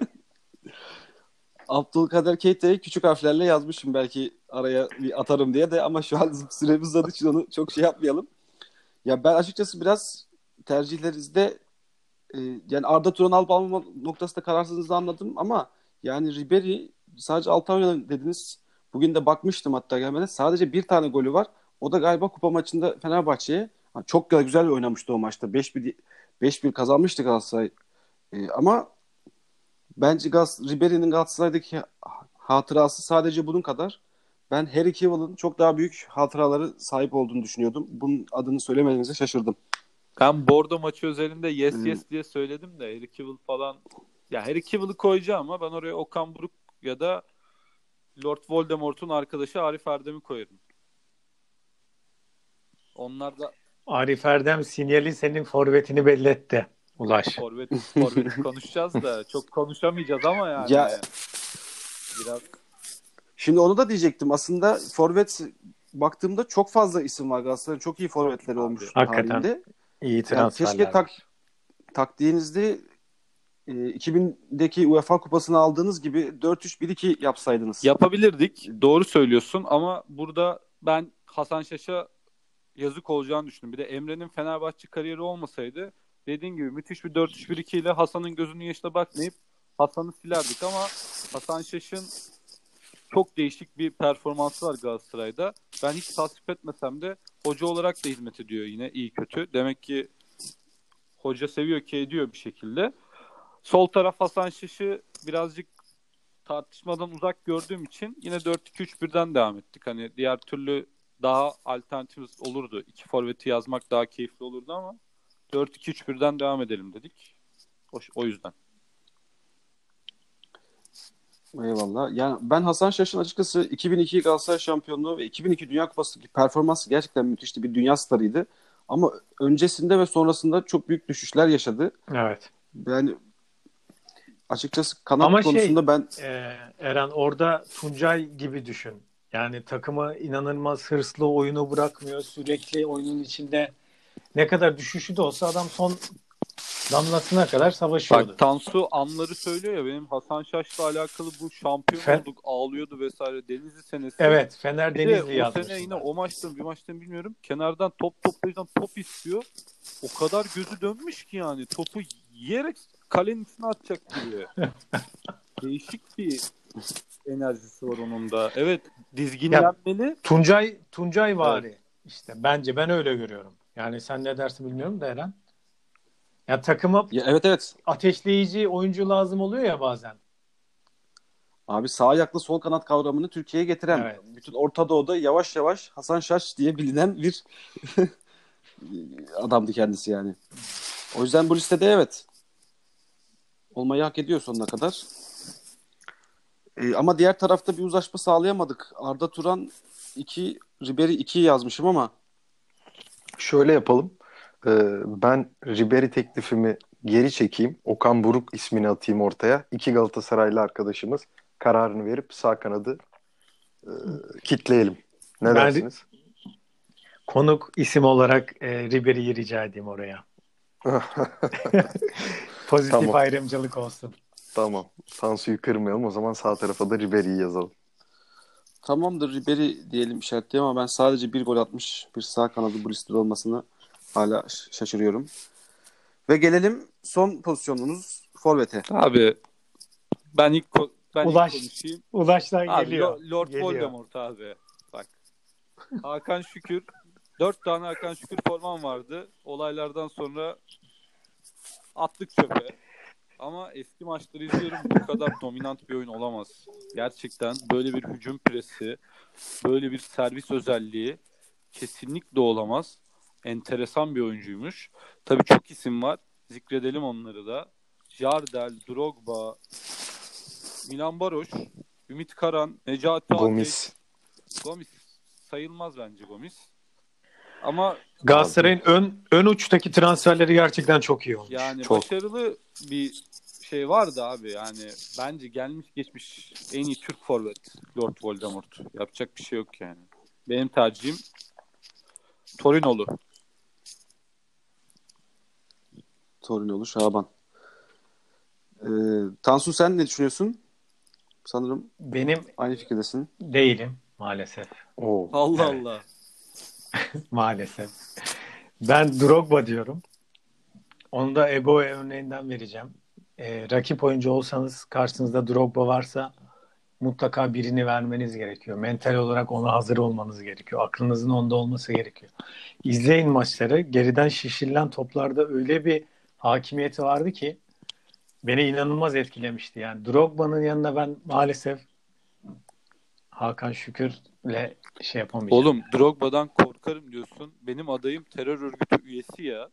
Abdülkader Keita'yı küçük harflerle yazmışım, belki araya bir atarım diye de, ama şu an süremiz uzadığı için onu çok şey yapmayalım. Ya ben açıkçası biraz tercihlerinizde e, yani Arda Turan alıp almama noktasında kararsızlığınızı anladım ama yani Ribery sadece altı ay oynadı dediniz. Bugün de bakmıştım hatta gelmeden. Sadece bir tane golü var. O da galiba kupa maçında Fenerbahçe'ye. Ha, çok da güzel oynamıştı o maçta. beş bir beş bir kazanmıştı Galatasaray. E, ama bence Gaz Ribery'nin Galatasaray'daki hatırası sadece bunun kadar. Ben Harry Kewell'ın çok daha büyük hatıraları sahip olduğunu düşünüyordum. Bunun adını söylemediğinize şaşırdım. Ben Bordo maçı özelinde yes Hmm. yes diye söyledim de Harry Kewell falan. Ya Harry Kewell'ı koyacağım ama ben oraya Okan Buruk ya da Lord Voldemort'un arkadaşı Arif Erdem'i koyarım. Onlar da Arif Erdem sinyali senin forvetini belli etti. Ulaş. forvet forvet konuşacağız da çok konuşamayacağız ama yani. Ya Biraz şimdi onu da diyecektim. Aslında forvet baktığımda çok fazla isim var. Galatasaray'ın çok iyi forvetleri olmuş Hakikaten tarihinde. iyi Yani transferler keşke tak, var. taktiğinizde e, iki bindeki UEFA kupasını aldığınız gibi dört üç bir iki yapsaydınız. yapabilirdik. Doğru söylüyorsun ama burada ben Hasan Şaş'a yazık olacağını düşündüm. Bir de Emre'nin Fenerbahçe kariyeri olmasaydı dediğin gibi müthiş bir dört üç bir iki ile Hasan'ın gözünün yaşına bakmayıp Hasan'ı silerdik ama Hasan Şaş'ın çok değişik bir performansı var Galatasaray'da. Ben hiç tasvip etmesem de hoca olarak da hizmet ediyor yine iyi kötü. Demek ki hoca seviyor ki ediyor bir şekilde. Sol taraf Hasan Şaş'ı birazcık tartışmadan uzak gördüğüm için yine dört iki üç birden devam ettik. Hani diğer türlü daha alternatif olurdu. İki forveti yazmak daha keyifli olurdu ama dört iki üç birden devam edelim dedik. O, o yüzden. Eyvallah. Yani ben Hasan Şaş'ın açıkçası iki bin iki Galatasaray şampiyonluğu ve iki bin iki Dünya Kupası'ndaki performansı gerçekten müthişti. Bir dünya starıydı. Ama öncesinde ve sonrasında çok büyük düşüşler yaşadı. Evet. Yani açıkçası kanat Ama konusunda şey, ben e, Eren orada Tuncay gibi düşün. Yani takımı inanılmaz hırslı, oyunu bırakmıyor. Sürekli oyunun içinde ne kadar düşüşü de olsa adam son damlasına kadar savaşıyordu. Bak Tansu anları söylüyor ya, benim Hasan Şaş'la alakalı bu şampiyon Fe- olduk ağlıyordu vesaire Denizli senesi. Evet, Fener Bir de Denizli o yazmışlar. sene yine o maçtan bir maçtan bilmiyorum kenardan top toplayıcıdan top istiyor. O kadar gözü dönmüş ki yani topu yiyerek kalenin içine atacak gibi. Değişik bir enerjisi var onun da. Evet, dizginlenmeli. Tuncay Tuncay vari işte bence ben öyle görüyorum. Yani sen ne dersin bilmiyorum da Eren. Ya takıma ya evet evet. ateşleyici oyuncu lazım oluyor ya bazen. Abi sağ ayaklı sol kanat kavramını Türkiye'ye getiren, Evet. bütün Orta Doğu'da yavaş yavaş Hasan Şaş diye bilinen bir adamdı kendisi yani. O yüzden bu listede evet. Olmayı hak ediyor sonuna kadar. Ee, ama diğer tarafta bir uzlaşma sağlayamadık. Arda Turan iki, Ribery iki yazmışım ama Şöyle yapalım. Ee, ben Ribery teklifimi geri çekeyim. Okan Buruk ismini atayım ortaya. İki Galatasaraylı arkadaşımız kararını verip sağ kanadı e, kitleyelim. Ne Ben- dersiniz? Konuk isim olarak e, Ribery'i rica edeyim oraya. Pozitif Tamam. ayrımcılık olsun. Tamam. Tansu'yu kırmayalım. O zaman sağ tarafa da Ribery'i yazalım. tamamdır Ribery diyelim işaretleyeyim ama ben sadece bir gol atmış bir sağ kanadı bu listede olmasını hala ş- şaşırıyorum. Ve gelelim son pozisyonumuz forvete. Abi ben ilk ko- ben Ulaş. ilk konuşayım. Ulaş'tan Abi geliyor. Lo- Lord geliyor. Voldemort abi. Bak. Hakan Şükür. Dört tane Hakan Şükür forman vardı. Olaylardan sonra attık çöpe. Ama eski maçları izliyorum. Bu kadar dominant bir oyun olamaz. Gerçekten böyle bir hücum presi, böyle bir servis özelliği kesinlikle olamaz. Enteresan bir oyuncuymuş. Tabii çok isim var. Zikredelim onları da. Jardel, Drogba, Milan Baroş, Ümit Karan, Necati Ateş. Gomis. Gomis sayılmaz bence Gomis. Ama Galatasaray'ın ön ön uçtaki transferleri gerçekten çok iyi olmuş. yani Çok. başarılı bir şey vardı abi. Yani bence gelmiş geçmiş en iyi Türk forvet Lord Voldemort. Yapacak bir şey yok yani. Benim tercihim Torino'lu. Torino'lu Şaban. Ee, Tansu sen ne düşünüyorsun? Sanırım Benim aynı fikirdesin. değilim maalesef. Oo. Allah Evet. Allah. Maalesef. Ben Drogba diyorum. Onu da Ego örneğinden vereceğim. Ee, rakip oyuncu olsanız karşınızda Drogba varsa mutlaka birini vermeniz gerekiyor. Mental olarak ona hazır olmanız gerekiyor. Aklınızın onda olması gerekiyor. İzleyin maçları. Geriden şişirilen toplarda öyle bir hakimiyeti vardı ki beni inanılmaz etkilemişti. Yani Drogba'nın yanında ben maalesef Hakan Şükür'le şey yapamayacağım. Oğlum Drogba'dan korkarım diyorsun. Benim adayım terör örgütü üyesi ya.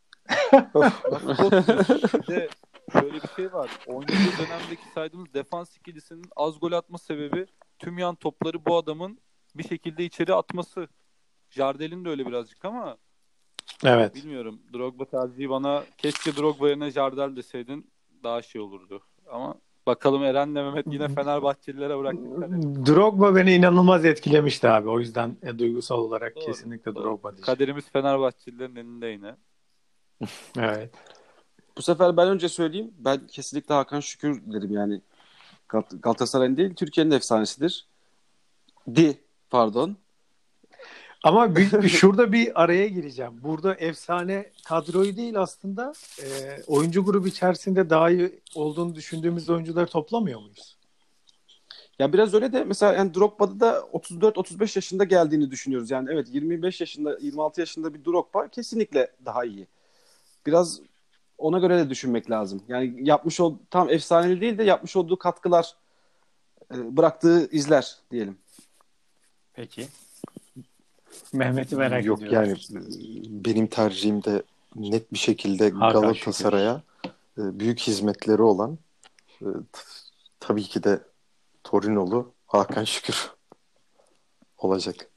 Bir de şöyle bir şey var. Oynadığı dönemdeki saydığımız defans ikilisinin az gol atma sebebi tüm yan topları bu adamın bir şekilde içeri atması. Jardel'in de öyle birazcık ama Evet. bilmiyorum. Drogba tercihi bana keşke Drogba yerine Jardel deseydin daha şey olurdu. Ama bakalım Eren'le Mehmet yine Fenerbahçelilere bıraktık. Drogba beni inanılmaz etkilemişti abi. O yüzden e, duygusal olarak Doğru, kesinlikle doğru. Drogba diyeceğim. Kaderimiz Fenerbahçelilerin elinde yine. Evet. Bu sefer ben önce söyleyeyim. Ben kesinlikle Hakan Şükür derim yani. Gal- Galatasaray'ın değil, Türkiye'nin efsanesidir. Di, pardon. Ama bir, bir- şurada bir araya gireceğim. Burada efsane kadroyu değil aslında e, oyuncu grubu içerisinde daha iyi olduğunu düşündüğümüz oyuncuları toplamıyor muyuz? Ya biraz öyle de mesela yani Drogba'da da otuz dört otuz beş yaşında geldiğini düşünüyoruz. Yani evet yirmi beş yaşında yirmi altı yaşında bir Drogba kesinlikle daha iyi. Biraz ona göre de düşünmek lazım. Yani yapmış ol tam efsaneli değil de yapmış olduğu katkılar, e, bıraktığı izler diyelim. Peki. Mehmet'i merak Yok ediyorum. yani benim tercihim de net bir şekilde Hakan Şükür. Galatasaray'a e, büyük hizmetleri olan e, t- tabii ki de Torinolu Hakan Şükür olacak.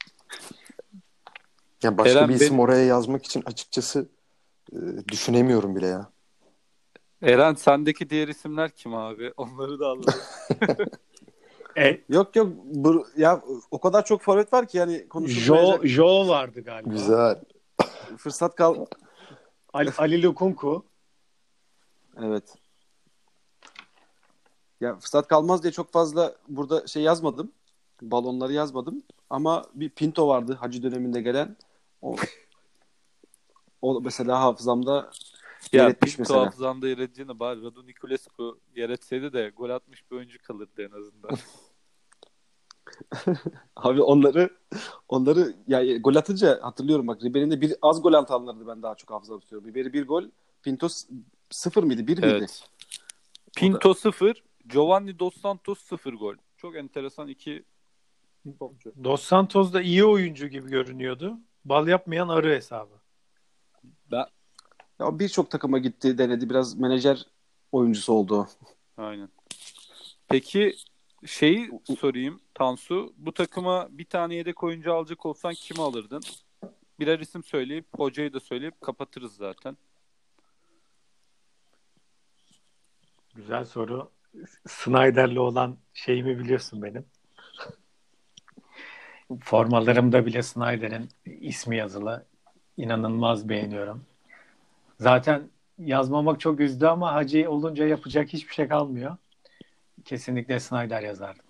Ya başka Eren, bir isim ben, oraya yazmak için açıkçası e, düşünemiyorum bile ya. Eren sendeki diğer isimler kim abi? Onları da alalım. E, Yok yok bu, ya o kadar çok forvet var ki yani Jo, konuşulmayacak Jo vardı galiba. Güzel. fırsat kal. Ali, Ali Lukunku. Evet. Ya fırsat kalmaz diye çok fazla burada şey yazmadım. Balonları yazmadım. Ama bir Pinto vardı Hacı döneminde gelen. O, o mesela hafızamda yer Ya etmiş Pinto mesela. hafızamda yer edeceğine bari Radu Niculescu yer etseydi de gol atmış bir oyuncu kalırdı en azından. Abi onları onları ya gol atınca hatırlıyorum bak Ribery'nin de bir az gol atanlardı ben daha çok hafıza tutuyorum. Ribery bir gol, Pinto s- sıfır mıydı? Bir miydi? Evet. O da Pinto sıfır, Giovanni Dos Santos sıfır gol. Çok enteresan iki topçu. Dos Santos da iyi oyuncu gibi görünüyordu. Bal yapmayan arı hesabı. Ben, ya birçok takıma gitti, denedi. Biraz menajer oyuncusu oldu o. aynen. Peki şeyi sorayım Tansu. Bu takıma bir tane yedek oyuncu alacak olsan kimi alırdın? Birer isim söyleyip hocayı da söyleyip kapatırız zaten. Güzel soru. Snyder'le olan şeyimi biliyorsun benim. Formalarımda bile Snyder'in ismi yazılı. İnanılmaz beğeniyorum. Zaten yazmamak çok üzdü ama Hacı olunca yapacak hiçbir şey kalmıyor. Kesinlikle Snyder yazardım.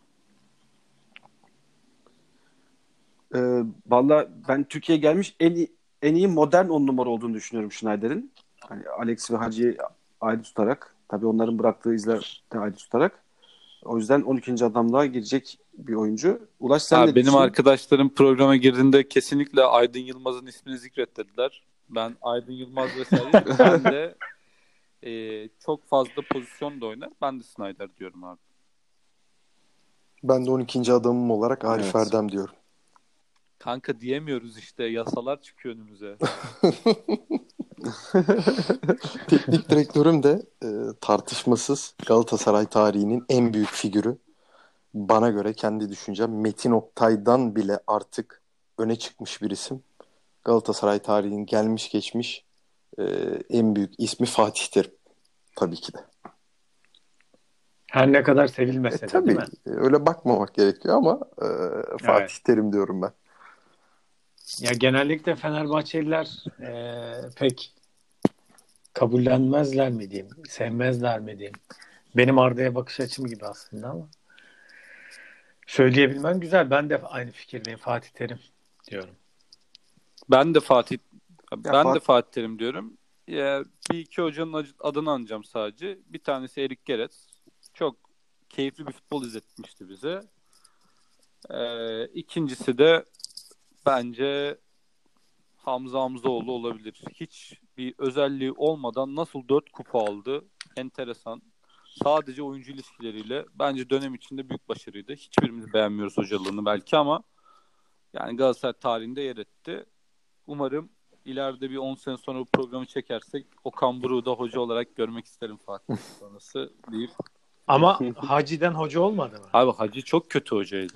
Ee, Valla ben Türkiye'ye gelmiş en iyi, en iyi modern on numara olduğunu düşünüyorum Schneider'in. Hani Alex ve Hacı'yı ayrı tutarak. Tabii onların bıraktığı izler de ayrı tutarak. O yüzden on ikinci adamlığa girecek bir oyuncu. Ulaş sen Ha, ne benim diyorsun? arkadaşlarım programa girdiğinde kesinlikle Aydın Yılmaz'ın ismini zikretlediler. Ben Aydın Yılmaz vesaire ben de e, çok fazla pozisyon da oynar. Ben de Snyder diyorum abi. Ben de on ikinci adamım olarak Arif Evet. Erdem diyorum. Kanka diyemiyoruz işte. Yasalar çıkıyor önümüze. Teknik direktörüm de e, tartışmasız Galatasaray tarihinin en büyük figürü. Bana göre kendi düşüncem Metin Oktay'dan bile artık öne çıkmış bir isim. Galatasaray tarihinin gelmiş geçmiş e, en büyük ismi Fatih Terim. Tabii ki de. Her ne kadar E sevilmese de tabii değil mi? e, öyle bakmamak gerekiyor ama e, Fatih Evet. Terim diyorum ben. Ya genellikle Fenerbahçeliler e, pek kabullenmezler mi diyeyim, sevmezler mi diyeyim. Benim Arda'ya bakış açım gibi aslında ama söyleyebilmem güzel. Ben de aynı fikirdeyim. Fatih Terim diyorum. Ben de Fatih Ya ben de Fat Fatih Terim diyorum. Ya, bir iki hocanın ac- adını anacağım sadece. Bir tanesi Erik Gerets. Çok keyifli bir futbol izletmişti bize. Ee, ikincisi de bence Hamza Hamzaoğlu olabilir. Hiç bir özelliği olmadan nasıl dört kupa aldı? Enteresan. Sadece oyuncu ilişkileriyle bence dönem içinde büyük başarıydı. Hiçbirimiz beğenmiyoruz hocalığını belki ama yani Galatasaray tarihinde yer etti. Umarım ileride bir on sene sonra bu programı çekersek Okan Buruk'u da hoca olarak görmek isterim Fatih sonrası deyip. Ama Hacı'den hoca olmadı mı? Abi Hacı çok kötü hocaydı.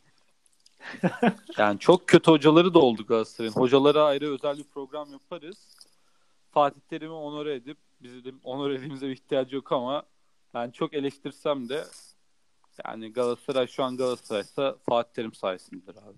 Yani çok kötü hocaları da oldu Galatasaray'ın. Hocalara ayrı özel bir program yaparız. Fatih Terim'i onore edip bizim onore edildiğimize bir ihtiyacı yok ama ben çok eleştirsem de yani Galatasaray şu an Galatasaray'sa Fatih Terim sayesindedir abi.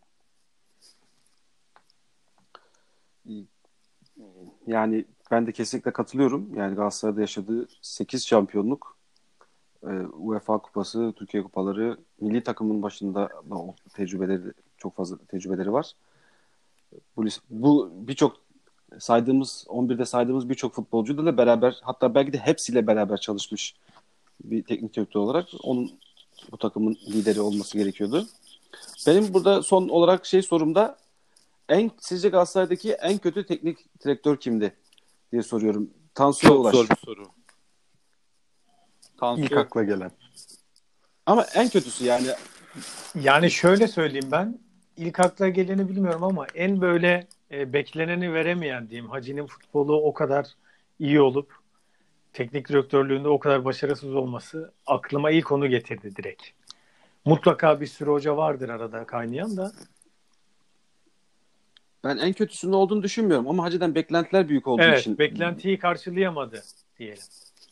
yani ben de kesinlikle katılıyorum. Yani Galatasaray'da yaşadığı sekiz şampiyonluk, e, UEFA Kupası, Türkiye Kupaları, milli takımın başında da o tecrübeleri çok fazla tecrübeleri var. Bu, lis- bu birçok saydığımız on birde saydığımız birçok futbolcuyla da beraber hatta belki de hepsiyle beraber çalışmış bir teknik direktör olarak onun bu takımın lideri olması gerekiyordu. Benim burada son olarak şey sorumda en sizce Galatasaray'daki en kötü teknik direktör kimdi diye soruyorum. Tansu'ya Çok Ulaş. zor bir soru. Tansu... İlk akla gelen. Ama en kötüsü yani. Yani şöyle söyleyeyim ben. İlk akla geleni bilmiyorum ama en böyle e, bekleneni veremeyen diyeyim. Hacı'nın futbolu o kadar iyi olup teknik direktörlüğünde o kadar başarısız olması aklıma ilk onu getirdi direkt. Mutlaka bir sürü hoca vardır arada kaynayan da. Ben en kötüsünün olduğunu düşünmüyorum ama Hacı'dan beklentiler büyük olduğu Evet, için. beklentiyi karşılayamadı diyelim.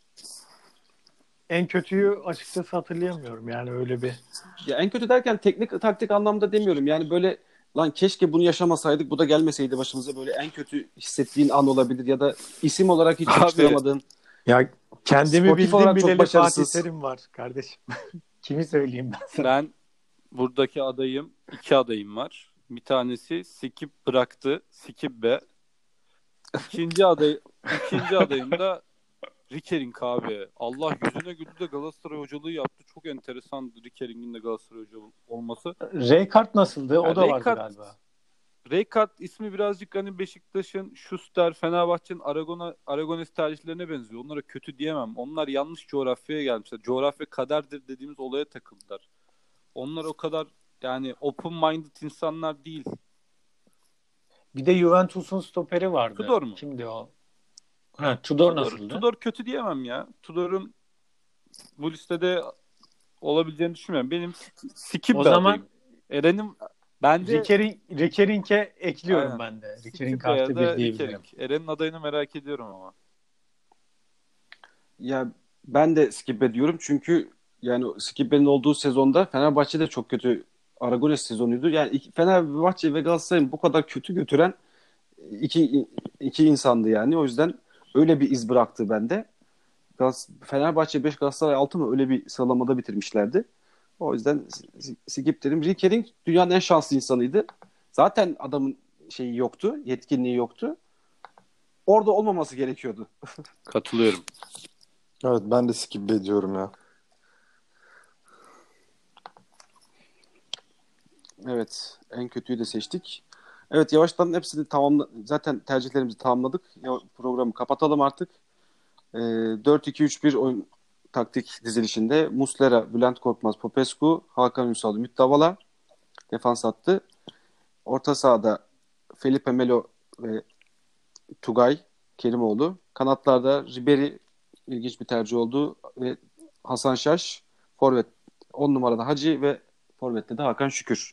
En kötüyü açıkçası hatırlayamıyorum yani öyle bir. Ya en kötü derken teknik taktik anlamda demiyorum. Yani böyle lan keşke bunu yaşamasaydık, bu da gelmeseydi başımıza, böyle en kötü hissettiğin an olabilir ya da isim olarak hiç Abi, yakıştıramadığın. Ya kendimi Sportif bildim olarak çok bileli Fatih başarısız. Terim var kardeşim. Kimi söyleyeyim ben sana? Ben buradaki adayım, iki adayım var. Bir tanesi Skip bıraktı. Skip be. İkinci aday, ikinci adayım da Rickerink abi. Allah yüzüne güldü de Galatasaray hocalığı yaptı. Çok enteresan Rickering'in de Galatasaray hocalığı olması. Rijkaard nasıldı? O Yani da vardı Rijkaard- galiba. Rijkaard ismi birazcık hani Beşiktaş'ın, Schuster, Fenerbahçe'nin Aragona, Aragones tercihlerine benziyor. Onlara kötü diyemem. Onlar yanlış coğrafyaya gelmişler. Coğrafya kaderdir dediğimiz olaya takıldılar. Onlar o kadar yani open-minded insanlar değil. Bir de Juventus'un stoperi vardı. Tudor mu? Kimdi o? Ha, Tudor, Tudor, nasıldı? Tudor kötü diyemem ya. Tudor'un bu listede olabileceğini düşünmüyorum. Benim Skip O be zaman adayım. Eren'in bence Rickerink, Rickerink'e ekliyorum Aynen. ben de. Skip Rickering veya artı da bir diyebilirim. Rickerink. Eren'in adayını merak ediyorum ama. Ya ben de Skip'e diyorum çünkü yani Skip'in olduğu sezonda Fenerbahçe de çok kötü Aragones sezonuydu. Yani iki, Fenerbahçe ve Galatasaray'ın bu kadar kötü götüren iki iki insandı yani. O yüzden öyle bir iz bıraktı bende. Gal- Fenerbahçe beş, Galatasaray altı mı öyle bir sıralamada bitirmişlerdi. O yüzden S- Skip dedim. Rickering dünyanın en şanslı insanıydı. Zaten adamın şeyi yoktu, yetkinliği yoktu. Orada olmaması gerekiyordu. Katılıyorum. Evet, ben de skip ediyorum ya. Evet, en kötüyü de seçtik. Evet, yavaştan hepsini tamamla, zaten tercihlerimizi tamamladık. Ya, programı kapatalım artık. Ee, dört iki üç bir oyun taktik dizilişinde Muslera, Bülent Korkmaz, Popescu, Hakan Ünsal, Ümit Davala defans attı. Orta sahada Felipe Melo ve Tugay Kerimoğlu. Kanatlarda Ribery ilginç bir tercih oldu ve Hasan Şaş. Forvet on numarada Hacı ve forvette de Hakan Şükür.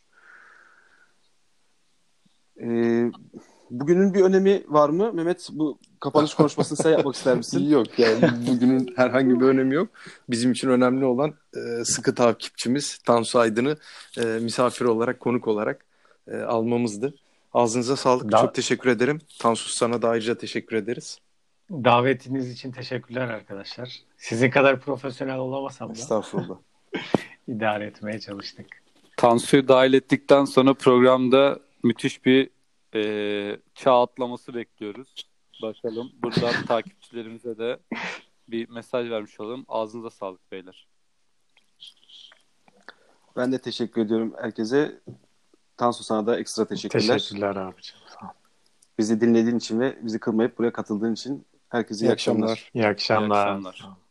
Ee, bugünün bir önemi var mı? Mehmet, bu kapanış konuşmasını sen yapmak ister misin? Yok yani bugünün herhangi bir önemi yok. Bizim için önemli olan e, sıkı takipçimiz Tansu Aydın'ı e, misafir olarak, konuk olarak e, almamızdı. Ağzınıza sağlık. Da- Çok teşekkür ederim. Tansu, sana da ayrıca teşekkür ederiz. Davetiniz için teşekkürler arkadaşlar. Sizin kadar profesyonel olamasam da Estağfurullah. idare etmeye çalıştık. Tansu'yu dahil ettikten sonra programda müthiş bir e, çağ atlaması bekliyoruz. Bakalım. Buradan takipçilerimize de bir mesaj vermiş olalım. Ağzınıza sağlık beyler. Ben de teşekkür ediyorum herkese. Tansu, sana da ekstra teşekkürler. Teşekkürler abicim. Sağ ol. Bizi dinlediğin için ve bizi kırmayıp buraya katıldığın için herkese iyi, İyi akşamlar. akşamlar. İyi akşamlar. İyi akşamlar. Sağ ol.